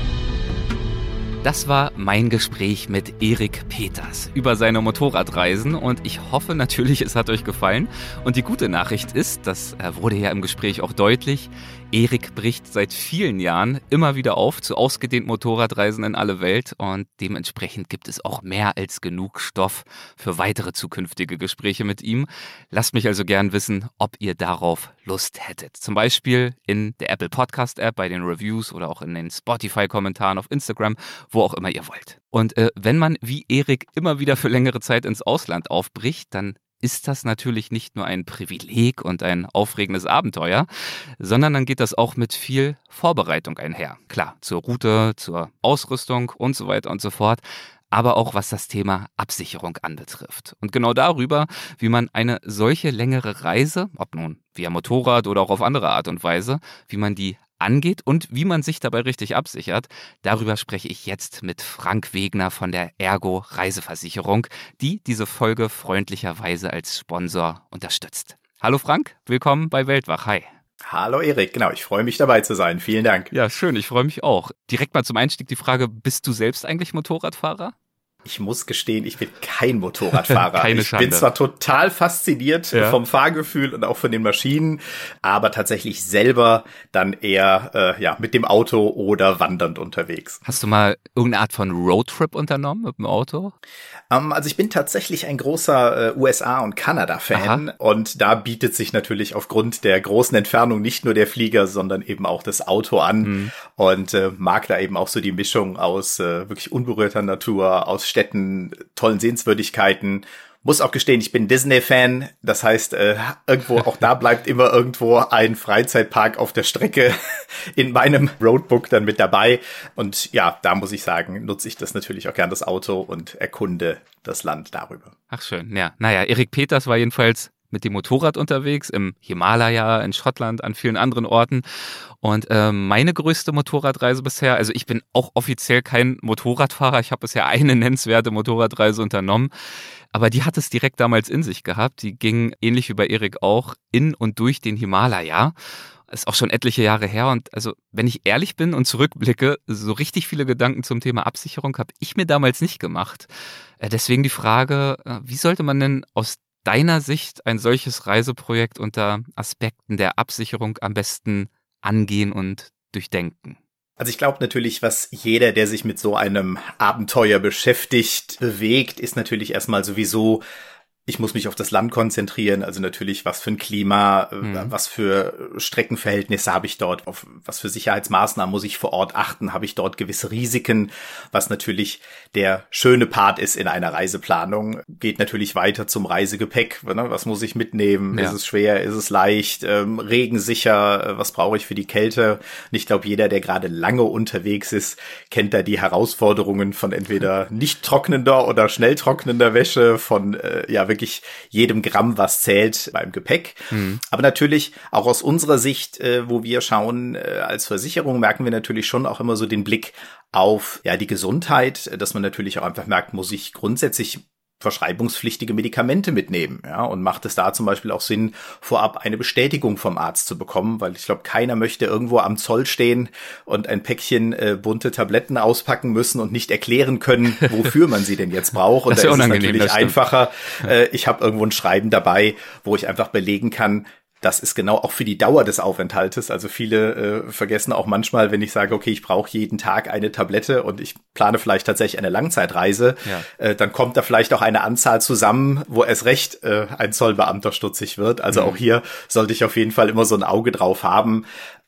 Das war mein Gespräch mit Erik Peters über seine Motorradreisen und ich hoffe natürlich, es hat euch gefallen. Und die gute Nachricht ist, das wurde ja im Gespräch auch deutlich, Erik bricht seit vielen Jahren immer wieder auf zu ausgedehnten Motorradreisen in alle Welt und dementsprechend gibt es auch mehr als genug Stoff für weitere zukünftige Gespräche mit ihm. Lasst mich also gern wissen, ob ihr darauf Lust hättet. Zum Beispiel in der Apple Podcast App, bei den Reviews oder auch in den Spotify-Kommentaren auf Instagram, wo auch immer ihr wollt. Und wenn man wie Erik immer wieder für längere Zeit ins Ausland aufbricht, dann ist das natürlich nicht nur ein Privileg und ein aufregendes Abenteuer, sondern dann geht das auch mit viel Vorbereitung einher. Klar, zur Route, zur Ausrüstung und so weiter und so fort, aber auch was das Thema Absicherung anbetrifft. Und genau darüber, wie man eine solche längere Reise, ob nun via Motorrad oder auch auf andere Art und Weise, wie man die angeht und wie man sich dabei richtig absichert. Darüber spreche ich jetzt mit Frank Wegner von der Ergo Reiseversicherung, die diese Folge freundlicherweise als Sponsor unterstützt. Hallo Frank, willkommen bei Weltwach. Hi. Hallo Erik, genau, ich freue mich dabei zu sein. Vielen Dank. Ja, schön, ich freue mich auch. Direkt mal zum Einstieg die Frage, bist du selbst eigentlich Motorradfahrer? Ich muss gestehen, ich bin kein Motorradfahrer. Keine ich Schande. bin zwar total fasziniert vom Fahrgefühl und auch von den Maschinen, aber tatsächlich selber dann eher mit dem Auto oder wandernd unterwegs. Hast du mal irgendeine Art von Roadtrip unternommen mit dem Auto? Also ich bin tatsächlich ein großer USA- und Kanada-Fan. Aha. Und da bietet sich natürlich aufgrund der großen Entfernung nicht nur der Flieger, sondern eben auch das Auto an und mag da eben auch so die Mischung aus wirklich unberührter Natur, aus Städten, tollen Sehenswürdigkeiten. Muss auch gestehen, ich bin Disney-Fan. Das heißt, irgendwo, auch da bleibt immer irgendwo ein Freizeitpark auf der Strecke in meinem Roadbook dann mit dabei. Und ja, da muss ich sagen, nutze ich das natürlich auch gern, das Auto, und erkunde das Land darüber. Ach schön, ja. Naja, Erik Peters war jedenfalls mit dem Motorrad unterwegs, im Himalaya, in Schottland, an vielen anderen Orten. Und meine größte Motorradreise bisher, also ich bin auch offiziell kein Motorradfahrer, ich habe bisher eine nennenswerte Motorradreise unternommen, aber die hat es direkt damals in sich gehabt. Die ging, ähnlich wie bei Erik auch, in und durch den Himalaya. Ist auch schon etliche Jahre her und also, wenn ich ehrlich bin und zurückblicke, so richtig viele Gedanken zum Thema Absicherung habe ich mir damals nicht gemacht. Deswegen die Frage, wie sollte man denn aus deiner Sicht ein solches Reiseprojekt unter Aspekten der Absicherung am besten angehen und durchdenken? Also ich glaube natürlich, was jeder, der sich mit so einem Abenteuer beschäftigt, bewegt, ist natürlich erstmal sowieso, ich muss mich auf das Land konzentrieren, also natürlich, was für ein Klima, was für Streckenverhältnisse habe ich dort, auf was für Sicherheitsmaßnahmen muss ich vor Ort achten, habe ich dort gewisse Risiken, was natürlich der schöne Part ist in einer Reiseplanung, geht natürlich weiter zum Reisegepäck, ne? Was muss ich mitnehmen, ist es schwer, ist es leicht, regensicher, was brauche ich für die Kälte? Und ich glaube, jeder, der gerade lange unterwegs ist, kennt da die Herausforderungen von entweder nicht trocknender oder schnell trocknender Wäsche, von wirklich jedem Gramm, was zählt beim Gepäck. Aber natürlich auch aus unserer Sicht, wo wir schauen als Versicherung, merken wir natürlich schon auch immer so den Blick auf die Gesundheit, dass man natürlich auch einfach merkt, muss ich grundsätzlich verschreibungspflichtige Medikamente mitnehmen, und macht es da zum Beispiel auch Sinn, vorab eine Bestätigung vom Arzt zu bekommen, weil ich glaube, keiner möchte irgendwo am Zoll stehen und ein Päckchen bunte Tabletten auspacken müssen und nicht erklären können, wofür man sie denn jetzt braucht. Und da ist es natürlich einfacher. Ich habe irgendwo ein Schreiben dabei, wo ich einfach belegen kann, das ist genau auch für die Dauer des Aufenthaltes. Also viele vergessen auch manchmal, wenn ich sage, okay, ich brauche jeden Tag eine Tablette und ich plane vielleicht tatsächlich eine Langzeitreise, dann kommt da vielleicht auch eine Anzahl zusammen, wo erst recht ein Zollbeamter stutzig wird. Also auch hier sollte ich auf jeden Fall immer so ein Auge drauf haben.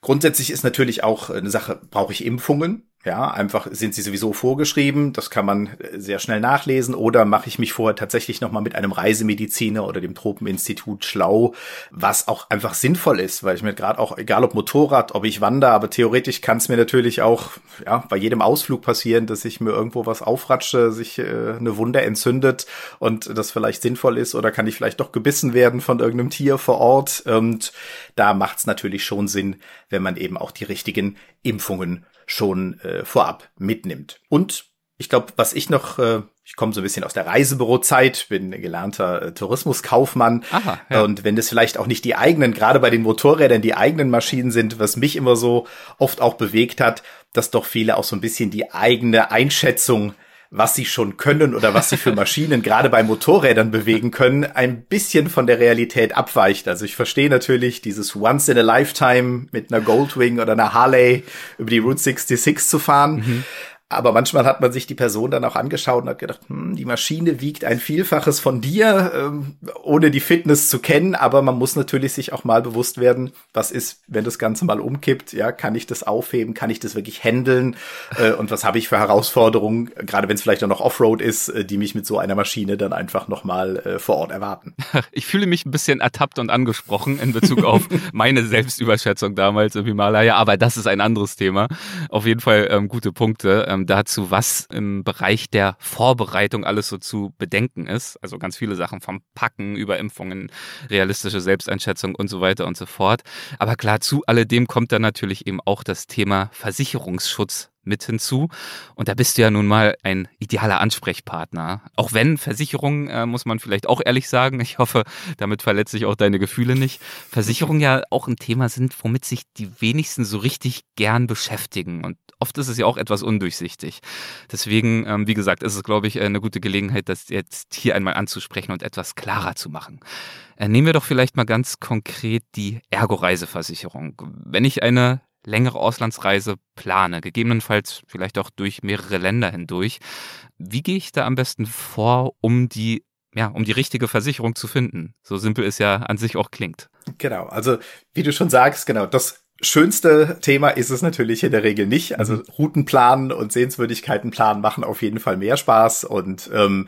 Grundsätzlich ist natürlich auch eine Sache, brauche ich Impfungen? Ja, einfach sind sie sowieso vorgeschrieben, das kann man sehr schnell nachlesen, oder mache ich mich vorher tatsächlich nochmal mit einem Reisemediziner oder dem Tropeninstitut schlau, was auch einfach sinnvoll ist, weil ich mir gerade auch, egal ob Motorrad, ob ich wandere, aber theoretisch kann es mir natürlich auch bei jedem Ausflug passieren, dass ich mir irgendwo was aufratsche, sich eine Wunde entzündet und das vielleicht sinnvoll ist, oder kann ich vielleicht doch gebissen werden von irgendeinem Tier vor Ort, und da macht es natürlich schon Sinn, wenn man eben auch die richtigen Impfungen schon vorab mitnimmt. Und ich glaube, was ich noch, ich komme so ein bisschen aus der Reisebürozeit, bin gelernter Tourismuskaufmann. Aha, ja. Und wenn das vielleicht auch nicht die eigenen, gerade bei den Motorrädern, die eigenen Maschinen sind, was mich immer so oft auch bewegt hat, dass doch viele auch so ein bisschen die eigene Einschätzung, was sie schon können oder was sie für Maschinen gerade bei Motorrädern bewegen können, ein bisschen von der Realität abweicht. Also ich verstehe natürlich dieses Once in a Lifetime mit einer Goldwing oder einer Harley über die Route 66 zu fahren. Mhm. Aber manchmal hat man sich die Person dann auch angeschaut und hat gedacht, die Maschine wiegt ein Vielfaches von dir, ohne die Fitness zu kennen. Aber man muss natürlich sich auch mal bewusst werden, was ist, wenn das Ganze mal umkippt? Ja, kann ich das aufheben? Kann ich das wirklich handeln? Und was habe ich für Herausforderungen, gerade wenn es vielleicht auch noch Offroad ist, die mich mit so einer Maschine dann einfach nochmal vor Ort erwarten? Ich fühle mich ein bisschen ertappt und angesprochen in Bezug auf meine Selbstüberschätzung damals im Himalaya. Aber das ist ein anderes Thema. Auf jeden Fall gute Punkte. Dazu, was im Bereich der Vorbereitung alles so zu bedenken ist. Also ganz viele Sachen vom Packen über Impfungen, realistische Selbsteinschätzung und so weiter und so fort. Aber klar, zu alledem kommt dann natürlich eben auch das Thema Versicherungsschutz mit hinzu. Und da bist du ja nun mal ein idealer Ansprechpartner. Auch wenn Versicherungen, muss man vielleicht auch ehrlich sagen, ich hoffe, damit verletze ich auch deine Gefühle nicht, Versicherungen ja auch ein Thema sind, womit sich die wenigsten so richtig gern beschäftigen. Und oft ist es ja auch etwas undurchsichtig. Deswegen, wie gesagt, ist es, glaube ich, eine gute Gelegenheit, das jetzt hier einmal anzusprechen und etwas klarer zu machen. Nehmen wir doch vielleicht mal ganz konkret die Ergo-Reiseversicherung. Wenn ich eine längere Auslandsreise plane, gegebenenfalls vielleicht auch durch mehrere Länder hindurch. Wie gehe ich da am besten vor, um die richtige Versicherung zu finden? So simpel es ja an sich auch klingt. Genau, also wie du schon sagst, genau, das schönste Thema ist es natürlich in der Regel nicht. Also Routenplanen und Sehenswürdigkeitenplanen machen auf jeden Fall mehr Spaß, und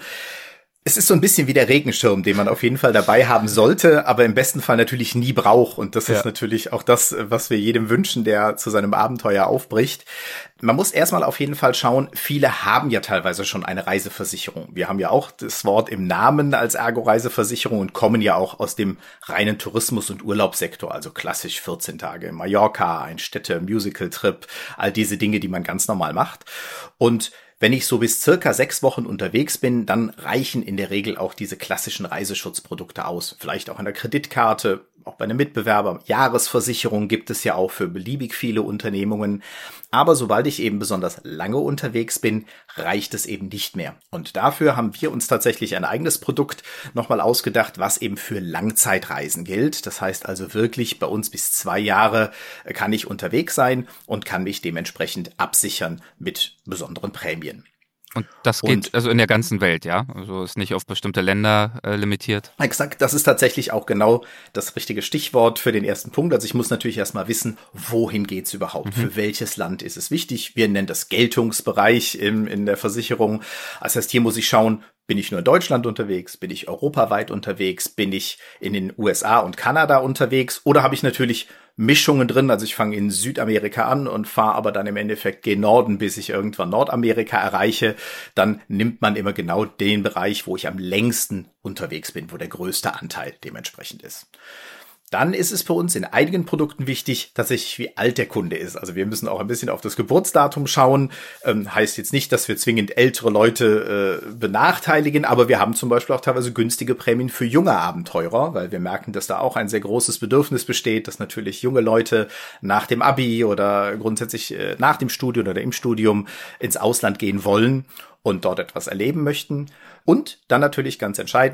es ist so ein bisschen wie der Regenschirm, den man auf jeden Fall dabei haben sollte, aber im besten Fall natürlich nie braucht. Und das ist natürlich auch das, was wir jedem wünschen, der zu seinem Abenteuer aufbricht. Man muss erstmal auf jeden Fall schauen, viele haben ja teilweise schon eine Reiseversicherung. Wir haben ja auch das Wort im Namen als Ergo-Reiseversicherung und kommen ja auch aus dem reinen Tourismus- und Urlaubssektor, also klassisch 14 Tage in Mallorca, ein Städte-Musical-Trip, all diese Dinge, die man ganz normal macht. Und wenn ich so bis circa 6 Wochen unterwegs bin, dann reichen in der Regel auch diese klassischen Reiseschutzprodukte aus. Vielleicht auch an der Kreditkarte, auch bei einem Mitbewerber. Jahresversicherung gibt es ja auch für beliebig viele Unternehmungen. Aber sobald ich eben besonders lange unterwegs bin, reicht es eben nicht mehr. Und dafür haben wir uns tatsächlich ein eigenes Produkt nochmal ausgedacht, was eben für Langzeitreisen gilt. Das heißt also wirklich, bei uns bis 2 Jahre kann ich unterwegs sein und kann mich dementsprechend absichern mit besonderen Prämien. Und das geht also in der ganzen Welt, ja? Also ist nicht auf bestimmte Länder limitiert? Exakt, das ist tatsächlich auch genau das richtige Stichwort für den ersten Punkt. Also ich muss natürlich erstmal wissen, wohin geht's überhaupt? Für welches Land ist es wichtig? Wir nennen das Geltungsbereich in der Versicherung. Das heißt, hier muss ich schauen, bin ich nur in Deutschland unterwegs? Bin ich europaweit unterwegs? Bin ich in den USA und Kanada unterwegs? Oder habe ich natürlich Mischungen drin? Also ich fange in Südamerika an und fahre aber dann im Endeffekt gen Norden, bis ich irgendwann Nordamerika erreiche. Dann nimmt man immer genau den Bereich, wo ich am längsten unterwegs bin, wo der größte Anteil dementsprechend ist. Dann ist es für uns in einigen Produkten wichtig, tatsächlich wie alt der Kunde ist. Also wir müssen auch ein bisschen auf das Geburtsdatum schauen. Heißt jetzt nicht, dass wir zwingend ältere Leute benachteiligen, aber wir haben zum Beispiel auch teilweise günstige Prämien für junge Abenteurer, weil wir merken, dass da auch ein sehr großes Bedürfnis besteht, dass natürlich junge Leute nach dem Abi oder grundsätzlich nach dem Studium oder im Studium ins Ausland gehen wollen und dort etwas erleben möchten. Und dann natürlich ganz entscheidend,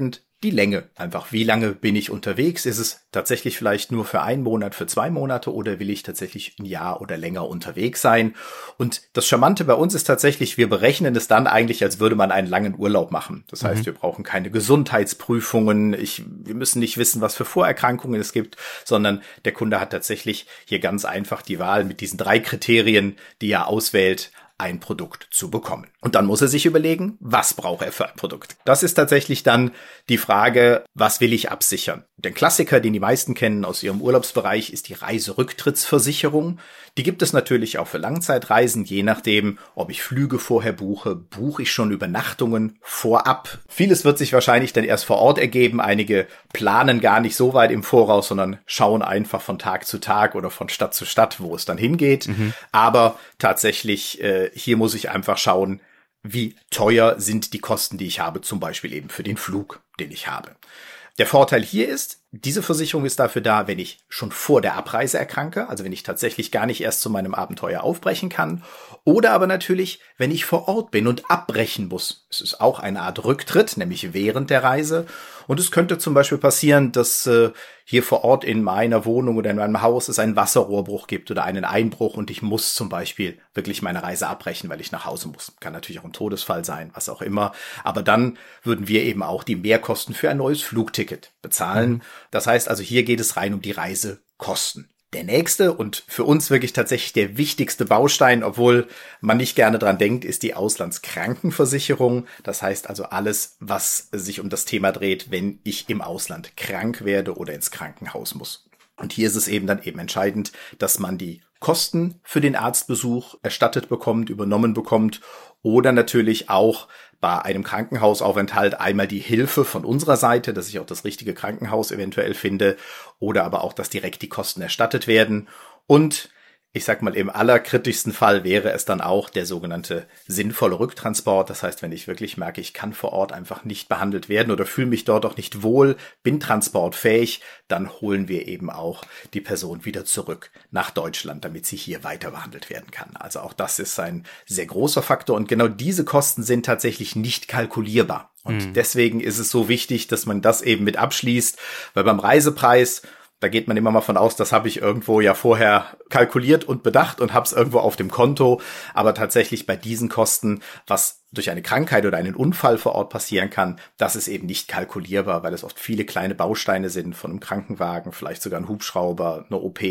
die Länge. Einfach, wie lange bin ich unterwegs? Ist es tatsächlich vielleicht nur für 1 Monat, für 2 Monate oder will ich tatsächlich ein Jahr oder länger unterwegs sein? Und das Charmante bei uns ist tatsächlich, wir berechnen es dann eigentlich, als würde man einen langen Urlaub machen. Das heißt, wir brauchen keine Gesundheitsprüfungen, wir müssen nicht wissen, was für Vorerkrankungen es gibt, sondern der Kunde hat tatsächlich hier ganz einfach die Wahl mit diesen 3 Kriterien, die er auswählt, ein Produkt zu bekommen. Und dann muss er sich überlegen, was braucht er für ein Produkt? Das ist tatsächlich dann die Frage, was will ich absichern? Der Klassiker, den die meisten kennen aus ihrem Urlaubsbereich, ist die Reiserücktrittsversicherung. Die gibt es natürlich auch für Langzeitreisen, je nachdem, ob ich Flüge vorher buche, buche ich schon Übernachtungen vorab. Vieles wird sich wahrscheinlich dann erst vor Ort ergeben. Einige planen gar nicht so weit im Voraus, sondern schauen einfach von Tag zu Tag oder von Stadt zu Stadt, wo es dann hingeht. Aber tatsächlich, hier muss ich einfach schauen, wie teuer sind die Kosten, die ich habe, zum Beispiel eben für den Flug, den ich habe. Der Vorteil hier ist, diese Versicherung ist dafür da, wenn ich schon vor der Abreise erkranke, also wenn ich tatsächlich gar nicht erst zu meinem Abenteuer aufbrechen kann, oder aber natürlich, wenn ich vor Ort bin und abbrechen muss. Es ist auch eine Art Rücktritt, nämlich während der Reise. Und es könnte zum Beispiel passieren, dass hier vor Ort in meiner Wohnung oder in meinem Haus es einen Wasserrohrbruch gibt oder einen Einbruch und ich muss zum Beispiel wirklich meine Reise abbrechen, weil ich nach Hause muss. Kann natürlich auch ein Todesfall sein, was auch immer. Aber dann würden wir eben auch die Mehrkosten für ein neues Flugticket bezahlen. Das heißt also, hier geht es rein um die Reisekosten. Der nächste und für uns wirklich tatsächlich der wichtigste Baustein, obwohl man nicht gerne dran denkt, ist die Auslandskrankenversicherung. Das heißt also alles, was sich um das Thema dreht, wenn ich im Ausland krank werde oder ins Krankenhaus muss. Und hier ist es eben dann eben entscheidend, dass man die Kosten für den Arztbesuch erstattet bekommt, übernommen bekommt oder natürlich auch bei einem Krankenhausaufenthalt einmal die Hilfe von unserer Seite, dass ich auch das richtige Krankenhaus eventuell finde oder aber auch, dass direkt die Kosten erstattet werden. Und ich sag mal, im allerkritischsten Fall wäre es dann auch der sogenannte sinnvolle Rücktransport. Das heißt, wenn ich wirklich merke, ich kann vor Ort einfach nicht behandelt werden oder fühle mich dort auch nicht wohl, bin transportfähig, dann holen wir eben auch die Person wieder zurück nach Deutschland, damit sie hier weiter behandelt werden kann. Also auch das ist ein sehr großer Faktor und genau diese Kosten sind tatsächlich nicht kalkulierbar. Und deswegen ist es so wichtig, dass man das eben mit abschließt, weil beim Reisepreis, da geht man immer mal von aus, das habe ich irgendwo ja vorher kalkuliert und bedacht und habe es irgendwo auf dem Konto. Aber tatsächlich bei diesen Kosten, was durch eine Krankheit oder einen Unfall vor Ort passieren kann, das ist eben nicht kalkulierbar, weil es oft viele kleine Bausteine sind von einem Krankenwagen, vielleicht sogar ein Hubschrauber, eine OP,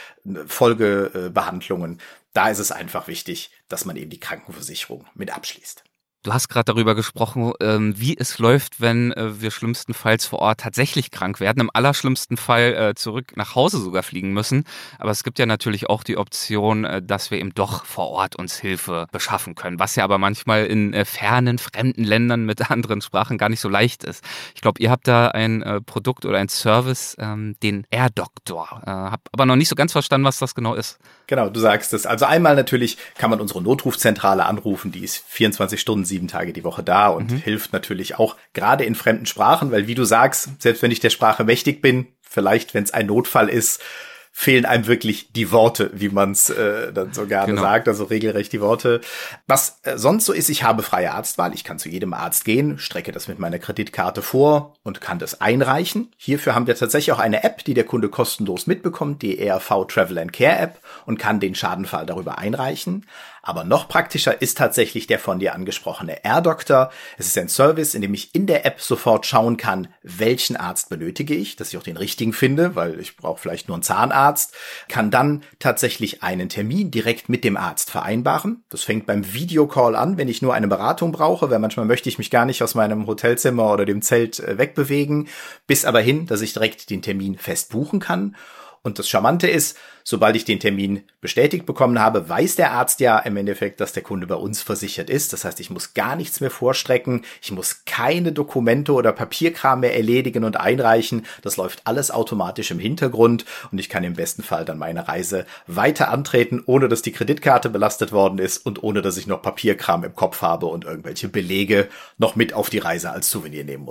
Folgebehandlungen. Da ist es einfach wichtig, dass man eben die Krankenversicherung mit abschließt. Du hast gerade darüber gesprochen, wie es läuft, wenn wir schlimmstenfalls vor Ort tatsächlich krank werden, im allerschlimmsten Fall zurück nach Hause sogar fliegen müssen. Aber es gibt ja natürlich auch die Option, dass wir eben doch vor Ort uns Hilfe beschaffen können, was ja aber manchmal in fernen, fremden Ländern mit anderen Sprachen gar nicht so leicht ist. Ich glaube, ihr habt da ein Produkt oder ein Service, den AirDoctor. Hab aber noch nicht so ganz verstanden, was das genau ist. Genau, du sagst es. Also einmal natürlich kann man unsere Notrufzentrale anrufen, die ist 24 Stunden, 7 Tage die Woche da und hilft natürlich auch gerade in fremden Sprachen, weil wie du sagst, selbst wenn ich der Sprache mächtig bin, vielleicht wenn es ein Notfall ist, fehlen einem wirklich die Worte, wie man es dann so gerne sagt, also regelrecht die Worte. Was sonst so ist, ich habe freie Arztwahl, ich kann zu jedem Arzt gehen, strecke das mit meiner Kreditkarte vor und kann das einreichen. Hierfür haben wir tatsächlich auch eine App, die der Kunde kostenlos mitbekommt, die ERV Travel and Care App und kann den Schadenfall darüber einreichen. Aber noch praktischer ist tatsächlich der von dir angesprochene AirDoctor. Es ist ein Service, in dem ich in der App sofort schauen kann, welchen Arzt benötige ich, dass ich auch den richtigen finde, weil ich brauche vielleicht nur einen Zahnarzt, kann dann tatsächlich einen Termin direkt mit dem Arzt vereinbaren. Das fängt beim Videocall an, wenn ich nur eine Beratung brauche, weil manchmal möchte ich mich gar nicht aus meinem Hotelzimmer oder dem Zelt wegbewegen, bis aber hin, dass ich direkt den Termin fest buchen kann. Und das Charmante ist, sobald ich den Termin bestätigt bekommen habe, weiß der Arzt ja im Endeffekt, dass der Kunde bei uns versichert ist. Das heißt, ich muss gar nichts mehr vorstrecken. Ich muss keine Dokumente oder Papierkram mehr erledigen und einreichen. Das läuft alles automatisch im Hintergrund und ich kann im besten Fall dann meine Reise weiter antreten, ohne dass die Kreditkarte belastet worden ist und ohne dass ich noch Papierkram im Kopf habe und irgendwelche Belege noch mit auf die Reise als Souvenir nehmen muss.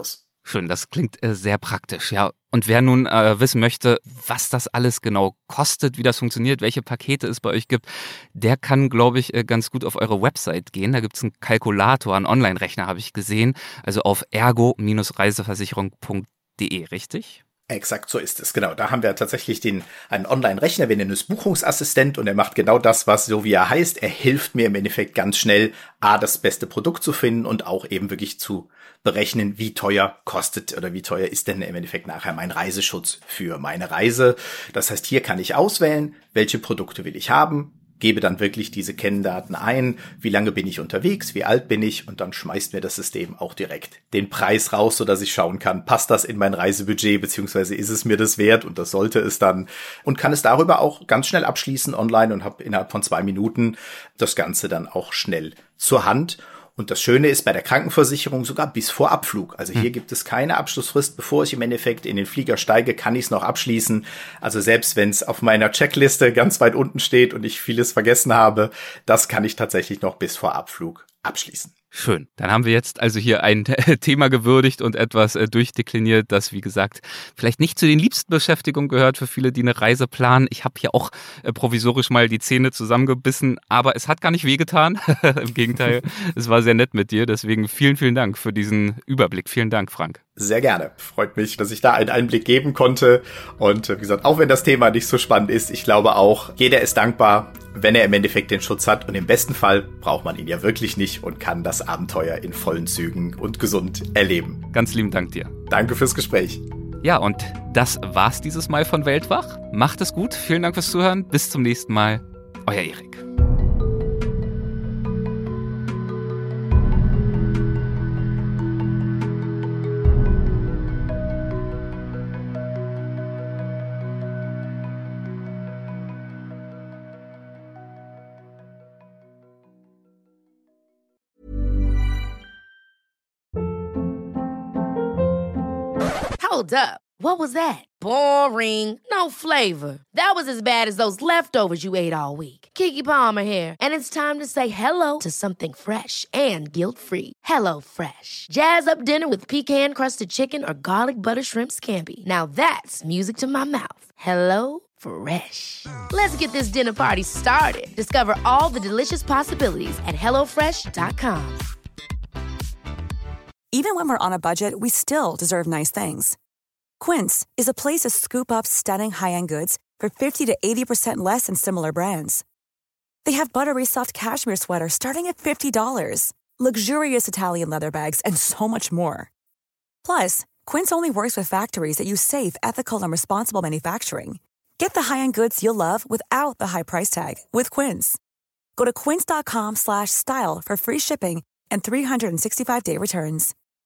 Schön, das klingt sehr praktisch, ja. Und wer nun wissen möchte, was das alles genau kostet, wie das funktioniert, welche Pakete es bei euch gibt, der kann, glaube ich, ganz gut auf eure Website gehen. Da gibt es einen Kalkulator, einen Online-Rechner, habe ich gesehen. Also auf ergo-reiseversicherung.de, richtig? Exakt, so ist es, genau. Da haben wir tatsächlich einen Online-Rechner, wir nennen es Buchungsassistent, und er macht genau das, was so wie er heißt. Er hilft mir im Endeffekt ganz schnell, das beste Produkt zu finden und auch eben wirklich zu berechnen, wie teuer kostet oder wie teuer ist denn im Endeffekt nachher mein Reiseschutz für meine Reise. Das heißt, hier kann ich auswählen, welche Produkte will ich haben, gebe dann wirklich diese Kenndaten ein, wie lange bin ich unterwegs, wie alt bin ich, und dann schmeißt mir das System auch direkt den Preis raus, sodass ich schauen kann, passt das in mein Reisebudget, beziehungsweise ist es mir das wert, und das sollte es dann, und kann es darüber auch ganz schnell abschließen online und habe innerhalb von 2 Minuten das Ganze dann auch schnell zur Hand. Und das Schöne ist bei der Krankenversicherung sogar bis vor Abflug. Also hier gibt es keine Abschlussfrist. Bevor ich im Endeffekt in den Flieger steige, kann ich es noch abschließen. Also selbst wenn es auf meiner Checkliste ganz weit unten steht und ich vieles vergessen habe, das kann ich tatsächlich noch bis vor Abflug abschließen. Schön. Dann haben wir jetzt also hier ein Thema gewürdigt und etwas durchdekliniert, das, wie gesagt, vielleicht nicht zu den liebsten Beschäftigungen gehört für viele, die eine Reise planen. Ich habe hier auch provisorisch mal die Zähne zusammengebissen, aber es hat gar nicht wehgetan. Im Gegenteil, es war sehr nett mit dir. Deswegen vielen, vielen Dank für diesen Überblick. Vielen Dank, Frank. Sehr gerne. Freut mich, dass ich da einen Einblick geben konnte. Und wie gesagt, auch wenn das Thema nicht so spannend ist, ich glaube auch, jeder ist dankbar, wenn er im Endeffekt den Schutz hat. Und im besten Fall braucht man ihn ja wirklich nicht und kann das Abenteuer in vollen Zügen und gesund erleben. Ganz lieben Dank dir. Danke fürs Gespräch. Ja, und das war's dieses Mal von Weltwach. Macht es gut. Vielen Dank fürs Zuhören. Bis zum nächsten Mal. Euer Erik. Hold up. What was that? Boring. No flavor. That was as bad as those leftovers you ate all week. Keke Palmer here. And it's time to say hello to something fresh and guilt-free. HelloFresh. Jazz up dinner with pecan-crusted chicken or garlic butter shrimp scampi. Now that's music to my mouth. HelloFresh. Let's get this dinner party started. Discover all the delicious possibilities at HelloFresh.com. Even when we're on a budget, we still deserve nice things. Quince is a place to scoop up stunning high-end goods for 50 to 80% less than similar brands. They have buttery soft cashmere sweaters starting at $50, luxurious Italian leather bags, and so much more. Plus, Quince only works with factories that use safe, ethical, and responsible manufacturing. Get the high-end goods you'll love without the high price tag with Quince. Go to quince.com/style for free shipping and 365-day returns.